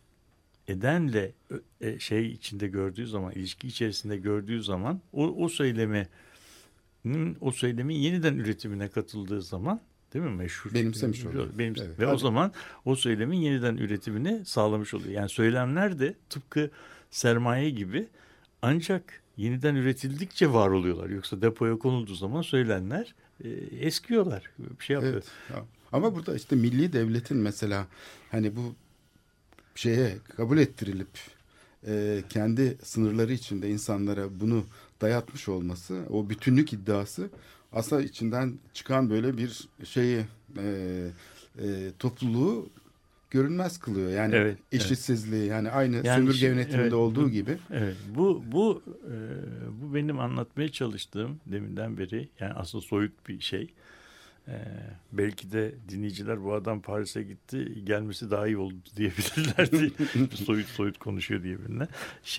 edenle e, şey içinde gördüğü zaman, ilişki içerisinde gördüğü zaman o o söylemi o söylemin yeniden üretimine katıldığı zaman, değil mi? Meşhur. Benimsemiş oluyor. Benimse- evet. Ve Hadi. o zaman o söylemin yeniden üretimini sağlamış oluyor. Yani söylemler de tıpkı sermaye gibi ancak yeniden üretildikçe var oluyorlar. Yoksa depoya konulduğu zaman söylenenler e, eskiyorlar. Bir şey yapıyor. Evet. Ama burada işte milli devletin mesela hani bu şeye kabul ettirilip e, kendi sınırları içinde insanlara bunu dayatmış olması, o bütünlük iddiası aslında içinden çıkan böyle bir şeyi e, e, topluluğu görünmez kılıyor. Yani evet, eşitsizliği evet. yani aynı yani sömürge şimdi, yönetiminde evet, olduğu bu, gibi. Evet. Bu bu e, bu benim anlatmaya çalıştığım deminden beri, yani aslında soyut bir şey. E, belki de dinleyiciler bu adam Paris'e gitti, gelmesi daha iyi oldu diyebilirlerdi. soyut soyut konuşuyor diyebilirler. Şey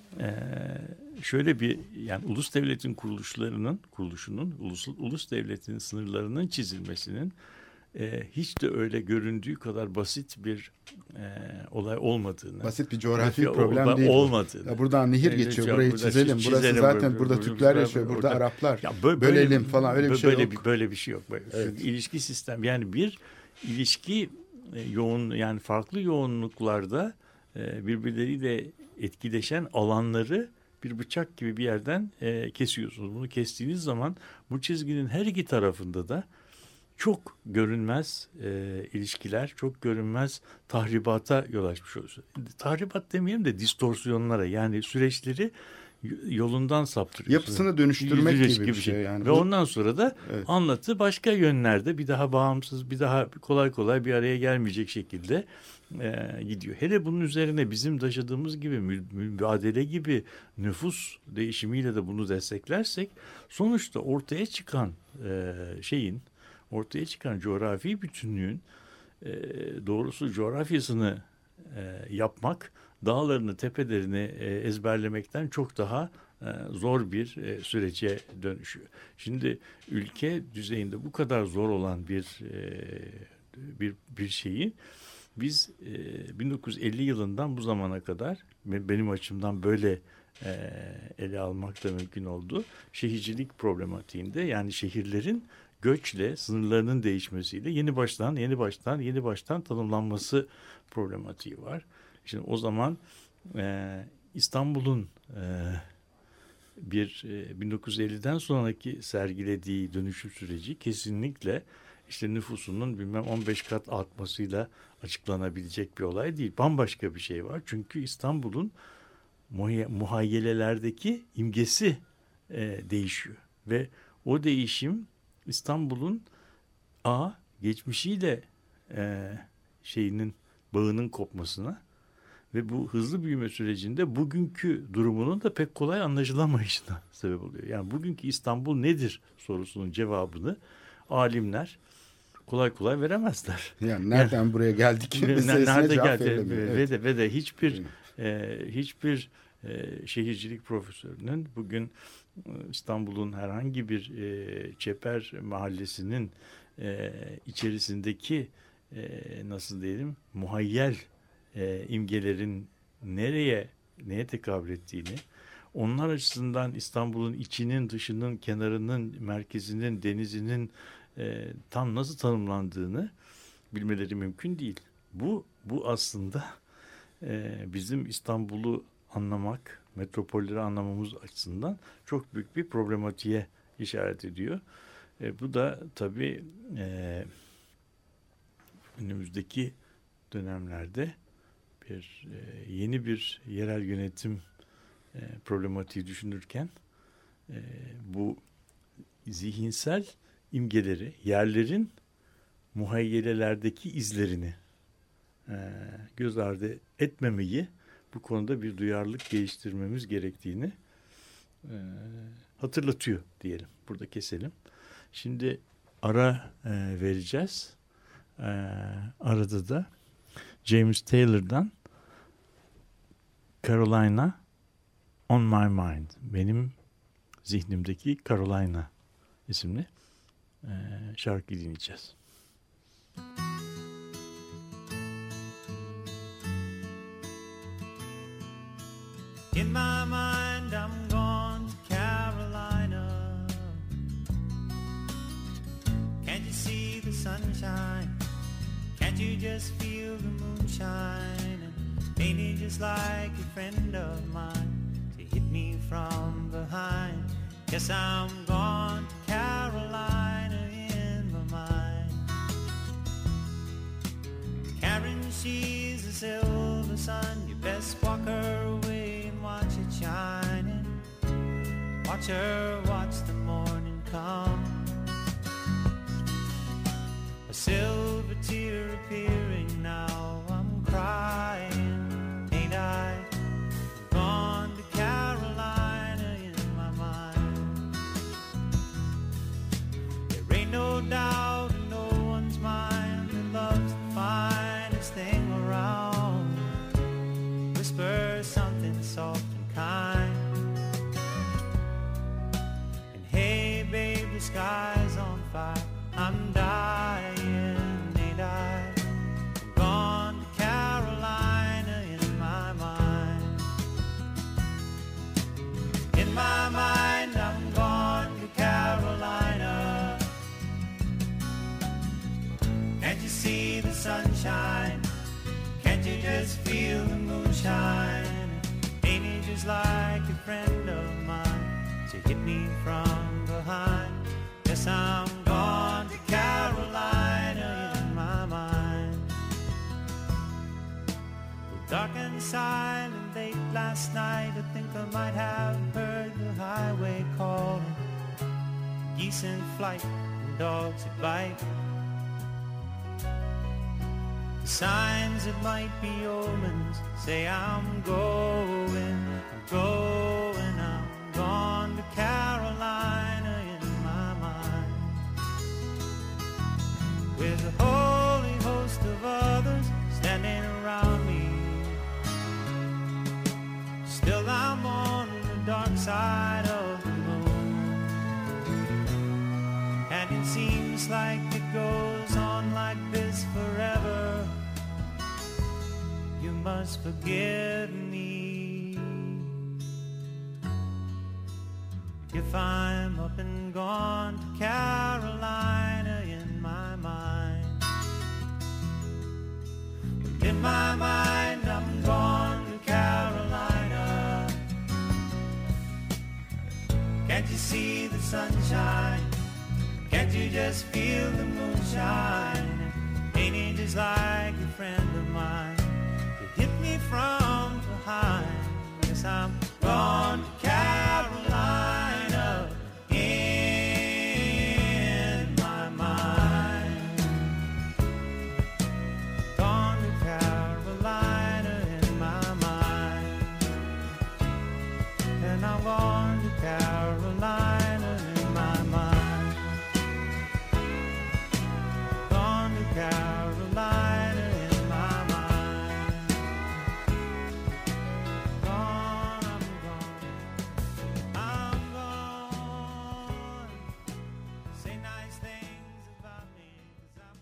Ee, şöyle bir yani ulus devletin kuruluşlarının kuruluşunun ulus, ulus devletin sınırlarının çizilmesinin e, hiç de öyle göründüğü kadar basit bir e, olay olmadığını, basit bir coğrafi o, problem o, değil. Olmadığını. Ya buradan nehir Evet, geçiyor. ya Burayı burada çizelim. çizelim, Burası zaten böyle, burada böyle, Türkler böyle, yaşıyor. Burada orada- Araplar. Ya böyle, Bölelim böyle, falan öyle bir şey böyle, yok. Böyle bir şey yok. Böyle. Evet. Çünkü ilişki sistem yani bir ilişki e, yoğun yani farklı yoğunluklarda e, birbirleriyle etkileşen alanları bir bıçak gibi bir yerden e, kesiyorsunuz. Bunu kestiğiniz zaman bu çizginin her iki tarafında da çok görünmez e, ilişkiler, çok görünmez tahribata yol açmış oluyorsunuz. Tahribat demeyelim de distorsiyonlara yani süreçleri y- yolundan saptırıyorsunuz. Yapısını dönüştürmek Yüzleş gibi bir şey yani. Ve Bu- ondan sonra da Evet. anlatı başka yönlerde bir daha bağımsız, bir daha kolay kolay bir araya gelmeyecek şekilde e, gidiyor. Hele bunun üzerine bizim taşıdığımız gibi mü- mübadele gibi nüfus değişimiyle de bunu desteklersek sonuçta ortaya çıkan e, şeyin, ortaya çıkan coğrafi bütünlüğün e, doğrusu coğrafyasını e, yapmak dağlarını, tepelerini e, ezberlemekten çok daha e, zor bir e, sürece dönüşüyor. Şimdi ülke düzeyinde bu kadar zor olan bir e, bir bir şeyi biz e, bin dokuz yüz elli yılından bu zamana kadar benim açımdan böyle e, ele almak da mümkün oldu. Şehircilik problematiğinde yani şehirlerin göçle, sınırlarının değişmesiyle yeni baştan, yeni baştan, yeni baştan tanımlanması problematiği var. Şimdi o zaman e, İstanbul'un e, bir e, bin dokuz yüz elliden sonraki sergilediği dönüşüm süreci kesinlikle işte nüfusunun bilmem on beş kat artmasıyla açıklanabilecek bir olay değil. Bambaşka bir şey var. Çünkü İstanbul'un muhay- muhayyelelerdeki imgesi e, değişiyor. Ve o değişim İstanbul'un a geçmişiyle e, şeyinin bağının kopmasına ve bu hızlı büyüme sürecinde bugünkü durumunun da pek kolay anlaşılamayışına sebep oluyor. Yani bugünkü İstanbul nedir sorusunun cevabını alimler kolay kolay veremezler. Yani nereden yani, buraya geldik? Ne, nerede geldi? Ve, evet. de ve de hiçbir e, hiçbir e, şehircilik profesörünün bugün e, İstanbul'un herhangi bir e, çeper mahallesinin e, içerisindeki e, nasıl diyelim muhayyel e, imgelerin nereye neye tekabül ettiğini, onlar açısından İstanbul'un içinin, dışının, kenarının, merkezinin, denizinin e, tam nasıl tanımlandığını bilmeleri mümkün değil. Bu bu aslında e, bizim İstanbul'u anlamak, metropolleri anlamamız açısından çok büyük bir problematiğe işaret ediyor. E, bu da tabii e, önümüzdeki dönemlerde bir e, yeni bir yerel yönetim e, problematiği düşünürken e, bu zihinsel imgeleri, yerlerin muhayyelelerdeki izlerini e, göz ardı etmemeyi, bu konuda bir duyarlılık geliştirmemiz gerektiğini e, hatırlatıyor diyelim. Burada keselim. Şimdi ara e, vereceğiz. E, arada da James Taylor'dan Carolina on My Mind, benim zihnimdeki Carolina isimli e, şarkı dinleyeceğiz. In my mind I'm gone to Carolina. Can't you see the sunshine? Can't you just feel the moonshine? And ain't it just like a friend of mine to hit me from behind? Guess I'm gone to Carolina in my mind. Karen, she's a silver sun. You best walk her away and watch it shining. Watch her watch the morning come. A silver tear appearing now. I'm crying, ain't I? Gone to Carolina in my mind. There ain't no doubt in no one's mind that love's the finest thing around. Whisper something soft and kind. just feel the moonshine? Ain't it just like a friend of mine to hit me from behind? Yes, I'm gone to Carolina in my mind. Dark and silent late last night, I think I might have heard the highway calling. Geese in flight and dogs that bite. The signs that might be omens say I'm going, I'm going, I'm gone to Carolina in my mind. With a holy host of others standing around me, still I'm on the dark side of the moon. And it seems like it goes on like this forever. You must forgive me if I'm up and gone to Carolina in my mind. In my mind I'm gone to Carolina. Can't you see the sunshine? Can't you just feel the moonshine? Ain't it just like a friend of mine to hit me from behind? Yes, I'm gone to Carolina in my mind. Gone to Carolina in my mind. And I'm gone to Carolina in my mind. Gone to Carolina in my mind. Gone, I'm gone. I'm gone. Say nice things about me, 'cause I'm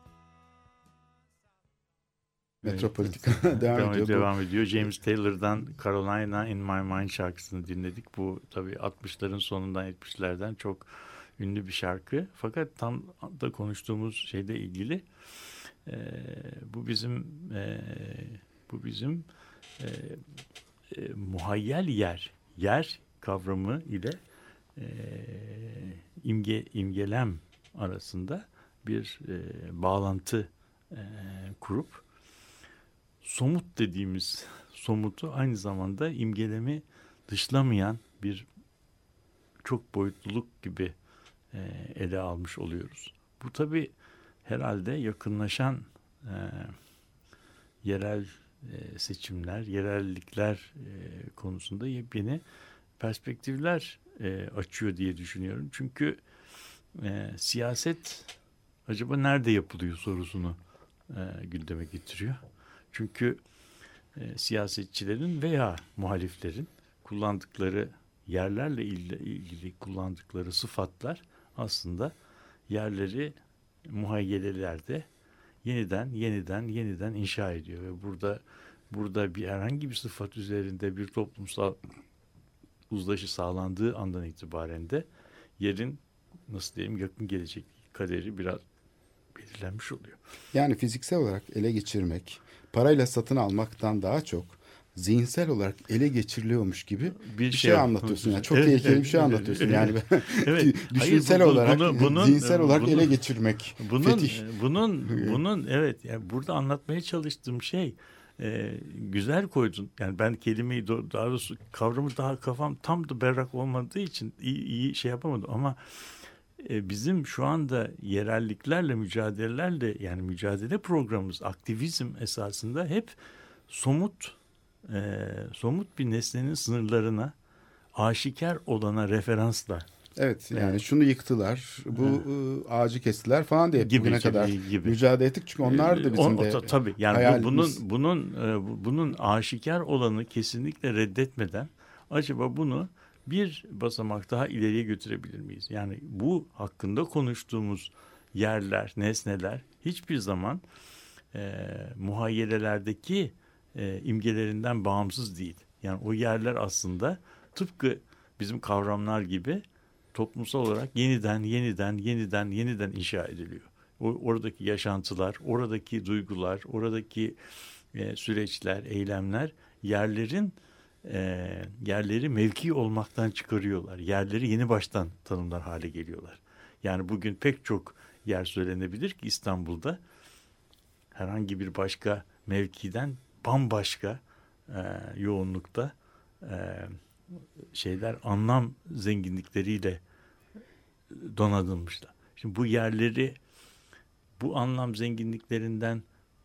gone. Metropolitika devam, Devam, ediyor. devam ediyor. James Taylor'dan Carolina in My Mind şarkısını dinledik. Bu tabii altmışların sonundan yetmişlerden çok ünlü bir şarkı. Fakat tam da konuştuğumuz şeyle ilgili e, bu bizim e, bu bizim e, e, muhayyel yer yer kavramı ile e, imge imgelem arasında bir e, bağlantı e, kurup somut dediğimiz somutu aynı zamanda imgelemi dışlamayan bir çok boyutluluk gibi e, ele almış oluyoruz. Bu tabii herhalde yakınlaşan e, yerel e, seçimler, yerellikler e, konusunda yepyeni perspektifler e, açıyor diye düşünüyorum. Çünkü e, siyaset acaba nerede yapılıyor sorusunu e, gündeme getiriyor. Çünkü e, siyasetçilerin veya muhaliflerin kullandıkları yerlerle ilgili, ilgili kullandıkları sıfatlar aslında yerleri muhayyelelerde yeniden yeniden yeniden inşa ediyor ve burada burada bir herhangi bir sıfat üzerinde bir toplumsal uzlaşı sağlandığı andan itibaren de yerin nasıl diyeyim yakın gelecek kaderi biraz belirlenmiş oluyor. Yani fiziksel olarak ele geçirmek, parayla satın almaktan daha çok zihinsel olarak ele geçiriliyormuş gibi bir, bir şey, şey anlatıyorsun. Yani çok evet, tehlikeli evet, bir şey evet, anlatıyorsun. Evet, yani evet. düşünsel Hayır, bu, olarak, bunu, bunun, zihinsel olarak bunun, ele geçirmek. Bunun, fetiş. bunun, bunun evet. Yani burada anlatmaya çalıştığım şey e, güzel koydun. Yani ben kelimeyi daha doğrusu kavramı daha kafam tam da berrak olmadığı için iyi, iyi şey yapamadım ama e, bizim şu anda yerelliklerle mücadelelerle yani mücadele programımız aktivizm esasında hep somut e, somut bir nesnenin sınırlarına aşikar olana referansla. Evet yani evet. Şunu yıktılar, bu evet. ağacı kestiler falan diye bugüne kadar gibi. mücadele ettik çünkü onlar da bizim o, de o, tabii yani hayalimiz. bunun bunun bunun aşikar olanı kesinlikle reddetmeden acaba bunu bir basamak daha ileriye götürebilir miyiz? Yani bu hakkında konuştuğumuz yerler, nesneler hiçbir zaman e, muhayyelelerdeki e, imgelerinden bağımsız değil. Yani o yerler aslında tıpkı bizim kavramlar gibi toplumsal olarak yeniden, yeniden, yeniden, yeniden inşa ediliyor. O, oradaki yaşantılar, oradaki duygular, oradaki e, süreçler, eylemler yerlerin e, yerleri mevki olmaktan çıkarıyorlar. Yerleri yeni baştan tanımlar hale geliyorlar. Yani bugün pek çok yer söylenebilir ki İstanbul'da herhangi bir başka mevkiden bambaşka e, yoğunlukta e, şeyler anlam zenginlikleriyle donatılmışlar. Şimdi bu yerleri bu anlam zenginliklerinden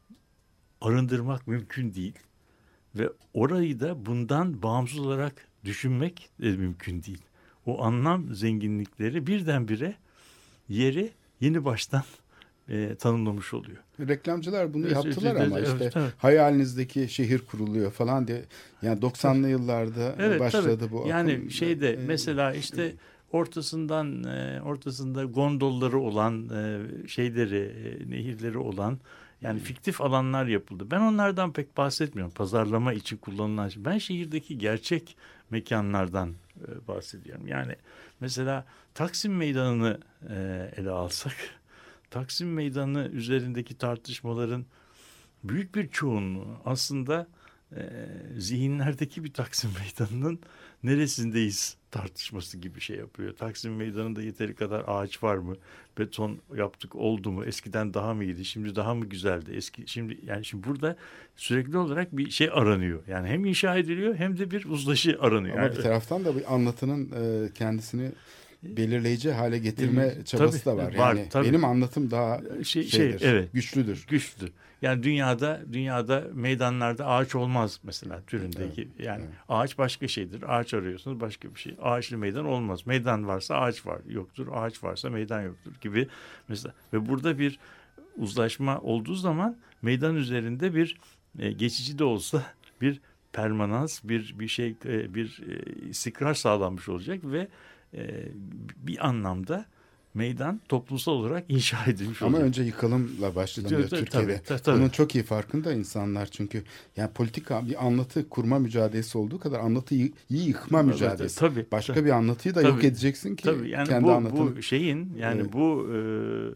arındırmak mümkün değil ve orayı da bundan bağımsız olarak düşünmek de mümkün değil. O anlam zenginlikleri birdenbire yeri yeni baştan e, tanımlamış oluyor. Reklamcılar bunu Evet, yaptılar evet, ama evet, işte evet. hayalinizdeki şehir kuruluyor falan diye. Yani doksanlı yıllarda Evet, başladı tabii. bu akım. Yani şeyde Ee, mesela işte ortasından e, ortasında gondolları olan e, şeyleri e, nehirleri olan yani fiktif alanlar yapıldı. Ben onlardan pek bahsetmiyorum. Pazarlama için kullanılan şey. Ben şehirdeki gerçek mekanlardan e, bahsediyorum. Yani mesela Taksim Meydanı'nı e, ele alsak Taksim Meydanı üzerindeki tartışmaların büyük bir çoğunluğu aslında e, zihinlerdeki bir Taksim Meydanı'nın neresindeyiz tartışması gibi şey yapıyor. Taksim Meydanı'nda yeteri kadar ağaç var mı? Beton yaptık oldu mu? Eskiden daha mı iyiydi? Şimdi daha mı güzeldi? Eski şimdi yani şimdi burada sürekli olarak bir şey aranıyor. Yani hem inşa ediliyor hem de bir uzlaşı aranıyor. Ama Yani, bir taraftan da bir anlatının e, kendisini belirleyici hale getirme Tabii, çabası da var. var, Yani tabii. benim anlatım daha şey, şeydir, şey evet güçlüdür. Güçlüdür. Yani dünyada dünyada meydanlarda ağaç olmaz mesela türündeki Evet, yani evet. ağaç başka şeydir. Ağaç arıyorsunuz başka bir şey. Ağaçlı meydan olmaz. Meydan varsa ağaç var yoktur. Ağaç varsa meydan yoktur gibi mesela ve burada bir uzlaşma olduğu zaman meydan üzerinde bir e, geçici de olsa bir permanans bir bir şey e, bir e, istikrar sağlanmış olacak ve e, bir anlamda meydan toplumsal olarak inşa edilmiş Ama oluyor. önce yıkılımla başlanıyor Tabii, Türkiye'de. tabii, tabii. Bunun çok iyi farkında insanlar çünkü yani politika bir anlatı kurma mücadelesi olduğu kadar anlatıyı iyi yıkma Evet, mücadelesi. tabii, Başka tabii. bir anlatıyı da Tabii, yok edeceksin ki Tabii yani kendi bu, anlatını. bu şeyin yani Evet. bu e,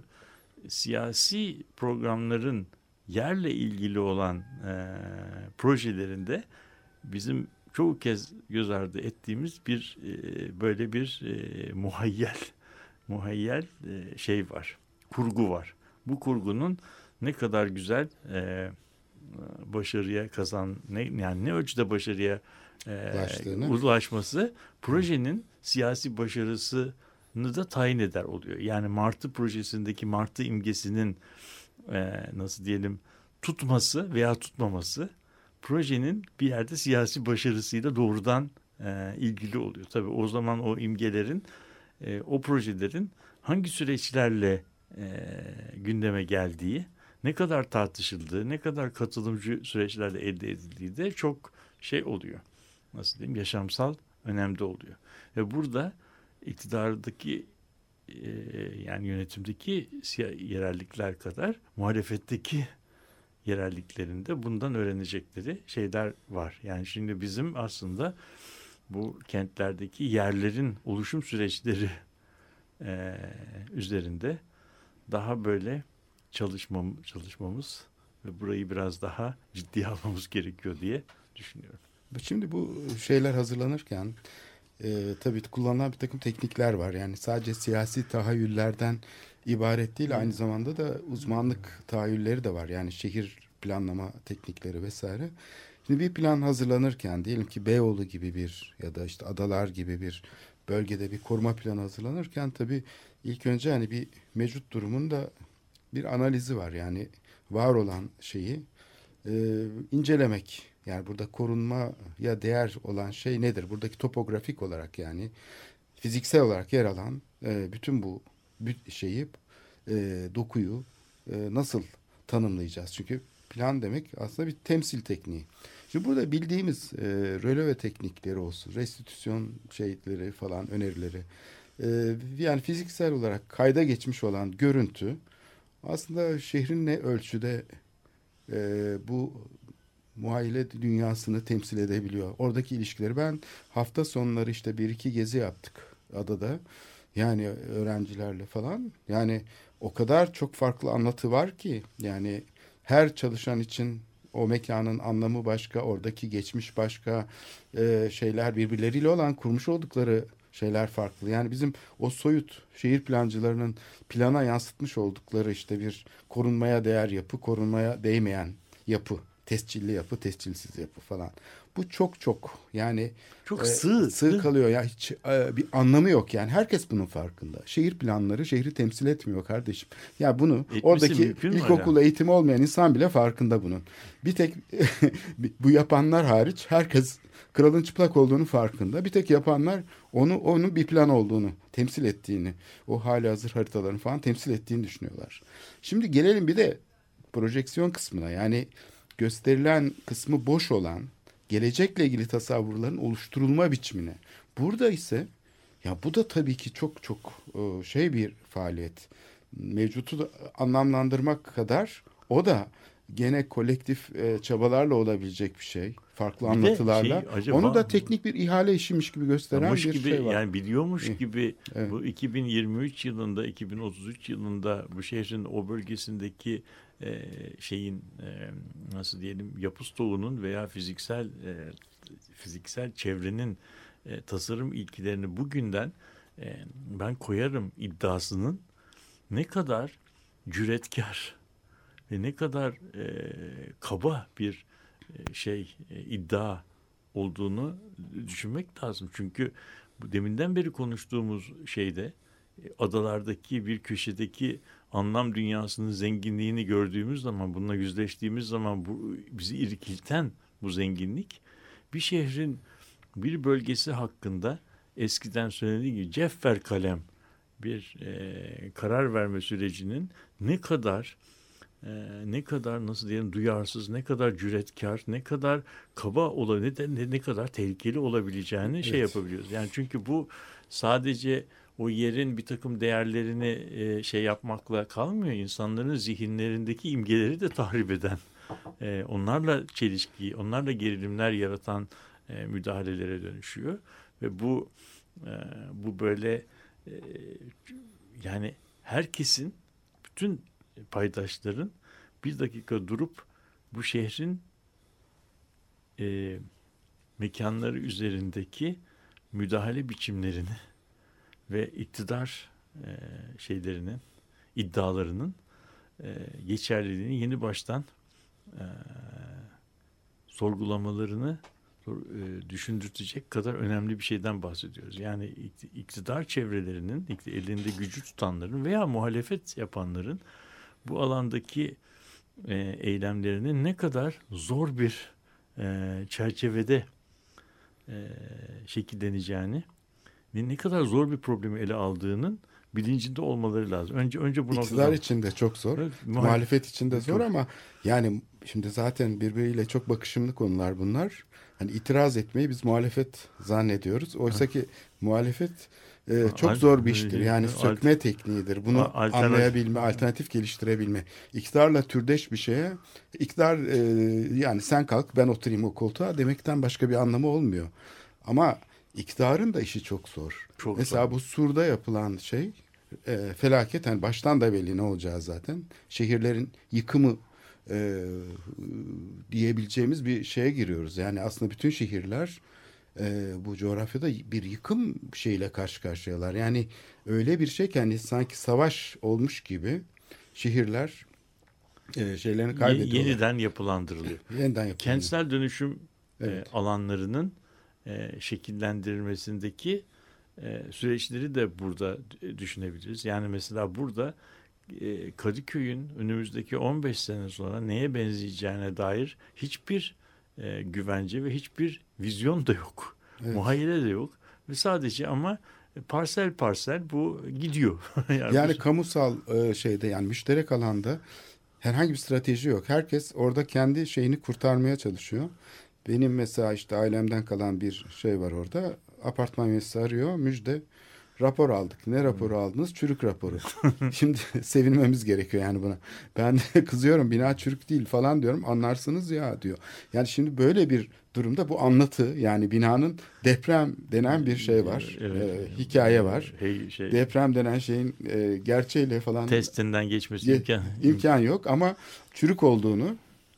siyasi programların yerle ilgili olan e, projelerinde bizim çoğu kez göz ardı ettiğimiz bir e, böyle bir e, muhayyel muhayyel e, şey var, kurgu var. Bu kurgunun ne kadar güzel e, başarıya kazan, ne, yani ne ölçüde başarıya e, Ulaştığını. ulaşması projenin siyasi başarısını da tayin eder oluyor. Yani Martı projesindeki Martı imgesinin e, nasıl diyelim tutması veya tutmaması projenin bir yerde siyasi başarısıyla doğrudan e, ilgili oluyor. Tabii o zaman o imgelerin e, o projelerin hangi süreçlerle e, gündeme geldiği, ne kadar tartışıldığı, ne kadar katılımcı süreçlerle elde edildiği de çok şey oluyor. Nasıl diyeyim? Yaşamsal önemde oluyor. Ve burada iktidardaki e, yani yönetimdeki yerellikler kadar muhalefetteki yerelliklerinde bundan öğrenecekleri şeyler var. Yani şimdi bizim aslında bu kentlerdeki yerlerin oluşum süreçleri e, üzerinde daha böyle çalışmam, çalışmamız ve burayı biraz daha ciddiye almamız gerekiyor diye düşünüyorum. Şimdi bu şeyler hazırlanırken e, tabii kullanılan bir takım teknikler var. Yani sadece siyasi tahayyüllerden ibaret değil, aynı zamanda da uzmanlık tahayyülleri de var. Yani şehir planlama teknikleri vesaire. Şimdi bir plan hazırlanırken diyelim ki Beyoğlu gibi bir ya da işte Adalar gibi bir bölgede bir koruma planı hazırlanırken tabii ilk önce hani bir mevcut durumun da bir analizi var. Yani var olan şeyi e, incelemek. Yani burada korunmaya değer olan şey nedir? Buradaki topografik olarak yani fiziksel olarak yer alan e, bütün bu şeyi e, dokuyu e, nasıl tanımlayacağız? Çünkü plan demek aslında bir temsil tekniği. Şimdi burada bildiğimiz e, röleve teknikleri olsun, restitüsyon şeyleri falan önerileri e, yani fiziksel olarak kayda geçmiş olan görüntü aslında şehrin ne ölçüde e, bu muhayyile dünyasını temsil edebiliyor. Oradaki ilişkileri ben hafta sonları işte bir iki gezi yaptık adada. Yani öğrencilerle falan. Yani o kadar çok farklı anlatı var ki yani her çalışan için O mekanın anlamı başka, oradaki geçmiş başka, e, şeyler birbirleriyle olan kurmuş oldukları şeyler farklı. Yani bizim o soyut şehir plancılarının plana yansıtmış oldukları işte bir korunmaya değer yapı, korunmaya değmeyen yapı, tescilli yapı, tescilsiz yapı falan. Bu çok çok yani Çok e, sığ. sığ kalıyor ya, hiç e, bir anlamı yok yani, herkes bunun farkında. Şehir planları şehri temsil etmiyor kardeşim. Ya bunu Etmesi oradaki mümkün mü ilkokul hocam? eğitimi olmayan insan bile farkında bunun. Bir tek bu yapanlar hariç herkes kralın çıplak olduğunu farkında. Bir tek yapanlar onu onun bir plan olduğunu, temsil ettiğini, o halihazır haritaların falan temsil ettiğini düşünüyorlar. Şimdi gelelim bir de projeksiyon kısmına. Yani gösterilen kısmı boş olan gelecekle ilgili tasavvurların oluşturulma biçimine. Burada ise ya bu da tabii ki çok çok e, şey bir faaliyet. Mevcutu da anlamlandırmak kadar o da gene kolektif e, çabalarla olabilecek bir şey. Farklı Bir de anlatılarla. şey, acaba- Onu da teknik bir ihale işiymiş gibi gösteren Yapmış bir gibi, şey var. yani biliyormuş Evet. gibi Evet. bu iki bin yirmi üç yılında, iki bin otuz üç yılında bu şehrin o bölgesindeki e, şeyin e, nasıl diyelim, yapı stoğunun veya fiziksel e, fiziksel çevrenin e, tasarım ilkelerini bugünden e, ben koyarım iddiasının ne kadar cüretkar ve ne kadar e, kaba bir e, şey e, iddia olduğunu düşünmek lazım. Çünkü bu deminden beri konuştuğumuz şeyde e, adalardaki bir köşedeki anlam dünyasının zenginliğini gördüğümüz zaman, bununla yüzleştiğimiz zaman bu bizi irkilten bu zenginlik bir şehrin bir bölgesi hakkında eskiden söylediği gibi ceffer kalem bir e, karar verme sürecinin ne kadar e, ne kadar nasıl diyelim duyarsız, ne kadar cüretkar, ne kadar kaba olabilir, ne, ne kadar tehlikeli olabileceğini Evet. şey yapabiliyoruz. Yani çünkü bu sadece o yerin bir takım değerlerini e, şey yapmakla kalmıyor. İnsanların zihinlerindeki imgeleri de tahrip eden, e, onlarla çelişki, onlarla gerilimler yaratan e, müdahalelere dönüşüyor. Ve bu e, bu böyle e, yani herkesin, bütün paydaşların bir dakika durup bu şehrin e, mekanları üzerindeki müdahale biçimlerini ve iktidar e, şeylerinin, iddialarının e, geçerliliğini yeni baştan e, sorgulamalarını e, düşündürtecek kadar önemli bir şeyden bahsediyoruz. Yani iktidar çevrelerinin, elinde gücü tutanların veya muhalefet yapanların bu alandaki e, eylemlerinin ne kadar zor bir e, çerçevede e, şekilleneceğini ve ne kadar zor bir problemi ele aldığının bilincinde olmaları lazım. Önce önce bu İktidar noktadan... için de çok zor. Evet, Muhalefet için de zor Çok. ama yani şimdi zaten birbiriyle çok bakışımlı konular bunlar. Hani itiraz etmeyi biz muhalefet zannediyoruz. Oysa ki muhalefet e, çok zor bir iştir. Yani sökme tekniğidir. Bunu Alternatif- anlayabilme, alternatif geliştirebilme. İktidarla türdeş bir şeye, iktidar e, yani sen kalk ben oturayım o koltuğa demekten başka bir anlamı olmuyor. Ama iktidarın da işi çok zor. Çok Mesela zor. bu Sur'da yapılan şey e, felaket. Yani baştan da belli ne olacağı zaten. Şehirlerin yıkımı e, diyebileceğimiz bir şeye giriyoruz. Yani aslında bütün şehirler e, bu coğrafyada bir yıkım şeyle karşı karşıyalar. Yani öyle bir şey ki hani sanki savaş olmuş gibi şehirler e, şeylerini Ye- kaybediyorlar. yeniden yapılandırılıyor. Yeniden yapılıyor. Kentsel dönüşüm Evet. e, alanlarının e, şekillendirilmesindeki e, süreçleri de burada d- düşünebiliriz. Yani mesela burada e, Kadıköy'ün önümüzdeki on beş sene sonra neye benzeyeceğine dair hiçbir e, güvence ve hiçbir vizyon da yok. Evet. Muhayyile de yok. Ve sadece ama parsel parsel bu gidiyor. yani Yani bu- kamusal e, şeyde yani müşterek alanda herhangi bir strateji yok. Herkes orada kendi şeyini kurtarmaya çalışıyor. Benim mesela işte ailemden kalan bir şey var orada. Apartman üyesi arıyor. Müjde rapor aldık. Ne raporu aldınız? Çürük raporu. Şimdi sevinmemiz gerekiyor yani buna. Ben de kızıyorum. Bina çürük değil falan diyorum. Anlarsınız ya diyor. Yani şimdi böyle bir durumda bu anlatı yani binanın deprem denen bir şey var. Evet. Ee, hikaye var. Hey, şey, Deprem denen şeyin e, gerçeğiyle falan testinden geçmesi Ge- imkan. imkan yok ama çürük olduğunu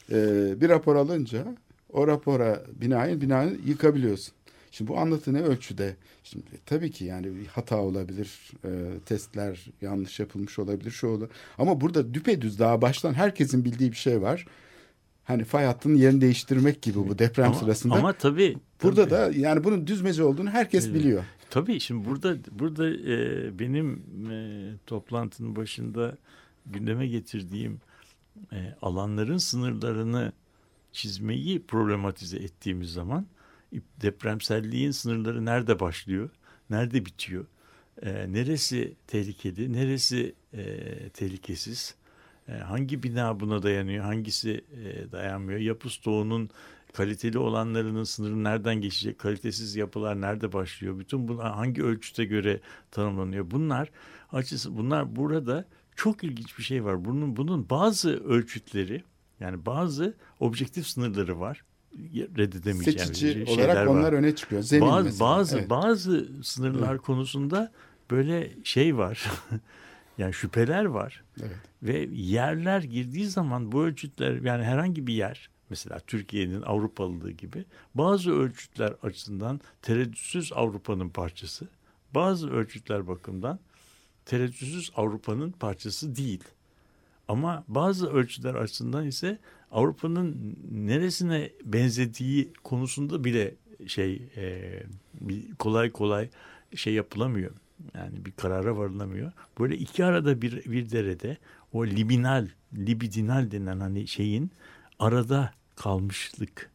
Ee, bir rapor alınca o rapora binaen binayı yıkabiliyorsun. Şimdi bu anlatı ne ölçüde? Şimdi tabii ki yani bir hata olabilir, e, testler yanlış yapılmış olabilir, şu olur. Ama burada düpedüz daha baştan herkesin bildiği bir şey var. Hani fay hattının yerini değiştirmek gibi bu deprem ama, sırasında. Ama tabii. Burada tabii. da yani bunun düzmece olduğunu herkes Evet. biliyor. Tabii şimdi burada burada e, benim e, toplantının başında gündeme getirdiğim e, alanların sınırlarını çizmeyi problematize ettiğimiz zaman depremselliğin sınırları nerede başlıyor, nerede bitiyor, e, neresi tehlikeli, neresi e, tehlikesiz, e, hangi bina buna dayanıyor, hangisi e, dayanmıyor, yapı stoğunun kaliteli olanlarının sınırı nereden geçecek, kalitesiz yapılar nerede başlıyor, bütün bunlar hangi ölçüte göre tanımlanıyor, bunlar açısı, bunlar burada çok ilginç bir şey var. Bunun bunun bazı ölçütleri, yani bazı objektif sınırları var. Reddedemeyeceğim Seçici şeyler olarak onlar var. öne çıkıyor. Zemin bazı mesela. bazı, Evet. bazı sınırlar Evet. konusunda böyle şey var. Yani şüpheler var. Evet. Ve yerler girdiği zaman bu ölçütler, yani herhangi bir yer, mesela Türkiye'nin Avrupalılığı gibi, bazı ölçütler açısından tereddütsüz Avrupa'nın parçası, bazı ölçütler bakımından tereddütsüz Avrupa'nın parçası değil. Ama bazı ölçütler açısından ise Avrupa'nın neresine benzediği konusunda bile şey e, kolay kolay şey yapılamıyor. Yani bir karara varılamıyor. Böyle iki arada bir bir derede o libinal, libidinal denen hani şeyin arada kalmışlık,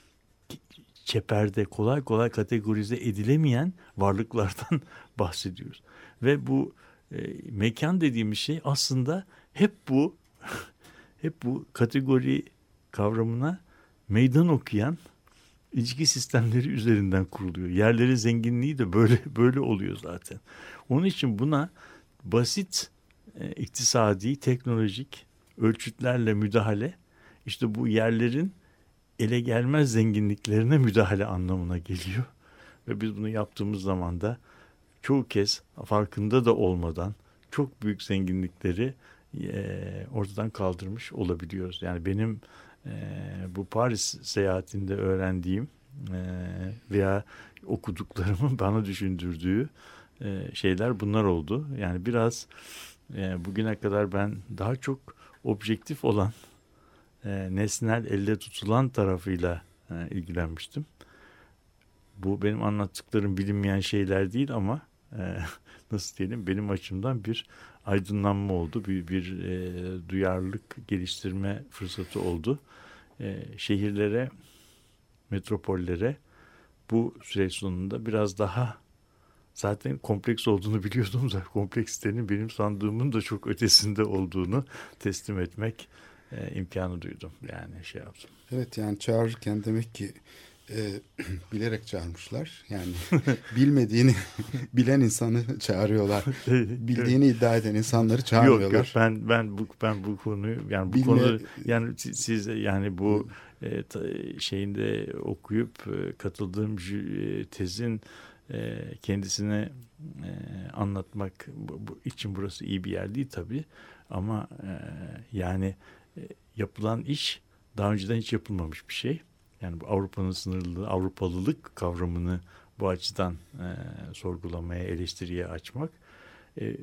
çeperde kolay kolay kategorize edilemeyen varlıklardan bahsediyoruz. Ve bu e, mekan dediğimiz şey aslında hep bu hep bu kategori kavramına meydan okuyan ilişki sistemleri üzerinden kuruluyor. Yerlerin zenginliği de böyle böyle oluyor zaten. Onun için buna basit e, iktisadi, teknolojik ölçütlerle müdahale, işte bu yerlerin ele gelmez zenginliklerine müdahale anlamına geliyor. Ve biz bunu yaptığımız zaman da çoğu kez farkında da olmadan çok büyük zenginlikleri e, ortadan kaldırmış olabiliyoruz. Yani benim e, bu Paris seyahatinde öğrendiğim e, veya okuduklarımın bana düşündürdüğü e, şeyler bunlar oldu. Yani biraz e, bugüne kadar ben daha çok objektif olan, e, nesnel, elle tutulan tarafıyla e, ilgilenmiştim. Bu benim anlattıklarım bilinmeyen şeyler değil ama e, nasıl diyelim, benim açımdan bir aydınlanma oldu, bir, bir e, duyarlılık geliştirme fırsatı oldu. E, şehirlere, metropollere bu süreç sonunda biraz daha, zaten kompleks olduğunu biliyordum da kompleksitenin benim sandığımın da çok ötesinde olduğunu teslim etmek e, imkanı duydum. Yani şey yaptım. Evet, yani çağırırken demek ki e, bilerek çağırmışlar. Yani bilmediğini bilen insanı çağırıyorlar. Bildiğini iddia eden insanları çağırmıyorlar. Yok yok, ben ben bu ben bu konuyu, yani bu Bilme... konu, yani siz yani bu e, ta, şeyinde okuyup e, katıldığım e, tezin e, kendisine e, anlatmak bu, bu için burası iyi bir yer değil tabii, ama e, yani e, yapılan iş daha önceden hiç yapılmamış bir şey. Yani bu Avrupa'nın sınırlılığı, Avrupalılık kavramını bu açıdan e, sorgulamaya, eleştiriye açmak. E,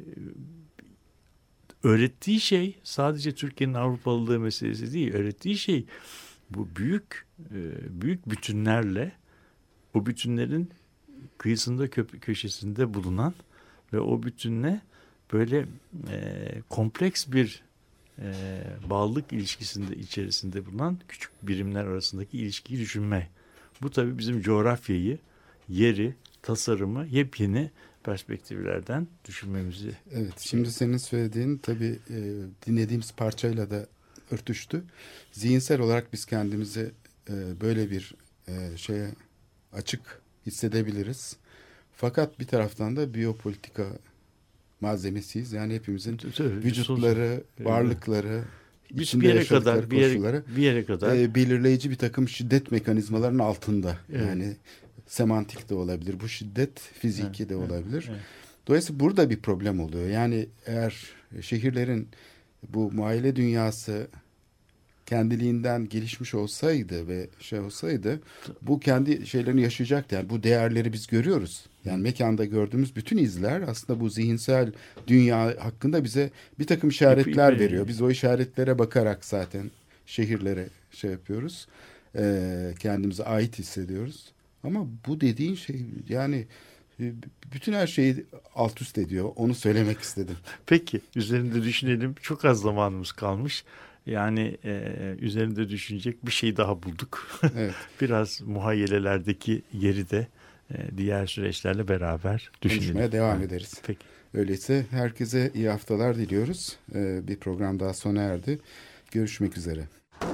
öğrettiği şey sadece Türkiye'nin Avrupalılığı meselesi değil. Öğrettiği şey bu büyük e, büyük bütünlerle, o bütünlerin kıyısında, köp- köşesinde bulunan ve o bütünle böyle e, kompleks bir e, bağlılık ilişkisinde içerisinde bulunan küçük birimler arasındaki ilişkiyi düşünme. Bu tabii bizim coğrafyayı, yeri, tasarımı yepyeni perspektiflerden düşünmemizi. Evet, şimdi senin söylediğin tabii e, dinlediğimiz parçayla da örtüştü. Zihinsel olarak biz kendimizi e, böyle bir e, şeye açık hissedebiliriz. Fakat bir taraftan da biyopolitika malzemesiyiz. Yani hepimizin Tabii, vücutları, sos, varlıkları, biz içinde bir yere yaşadıkları kadar bir yere, koşulları bir yere kadar e, belirleyici bir takım şiddet mekanizmalarının altında. Evet. Yani semantik de olabilir. Bu şiddet fiziki Evet, de evet, olabilir. evet. Dolayısıyla burada bir problem oluyor. Yani eğer şehirlerin bu muayele dünyası kendiliğinden gelişmiş olsaydı ve şey olsaydı bu kendi şeylerini yaşayacaktı. Yani bu değerleri biz görüyoruz. Yani mekanda gördüğümüz bütün izler aslında bu zihinsel dünya hakkında bize bir takım işaretler veriyor. Biz o işaretlere bakarak zaten şehirlere şey yapıyoruz. Ee, kendimize ait hissediyoruz. Ama bu dediğin şey yani bütün her şeyi alt üst ediyor. Onu söylemek istedim. Peki üzerinde düşünelim. Çok az zamanımız kalmış. Yani e, üzerinde düşünecek bir şey daha bulduk. Evet. Biraz muhayyelelerdeki yeri de e, diğer süreçlerle beraber düşünelim. Konuşmaya devam ederiz. Peki. Öyleyse herkese iyi haftalar diliyoruz. Ee, bir program daha sona erdi. Görüşmek üzere.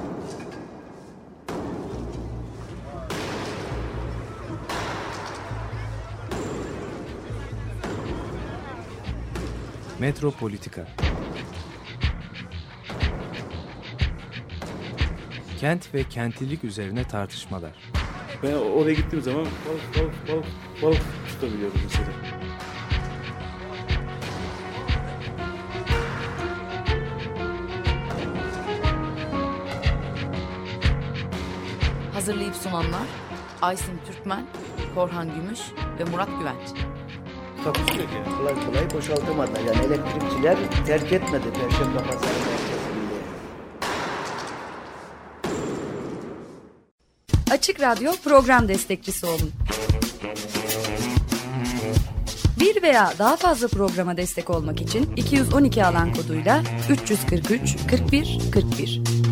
Metropolitika. Kent ve kentlilik üzerine tartışmalar. Ben oraya gittiğim zaman balık balık balık balık tutabiliyordum mesela. Hazırlayıp sunanlar Aysin Türkmen, Korhan Gümüş ve Murat Güvenç. Takusu yok yani. Kolay kolay boşaltamadılar. Yani elektrikçiler terk etmedi Perşembe Pazarı merkezini. Açık Radyo program destekçisi olun. Bir veya daha fazla programa destek olmak için iki yüz on iki alan koduyla üç yüz kırk üç kırk bir kırk bir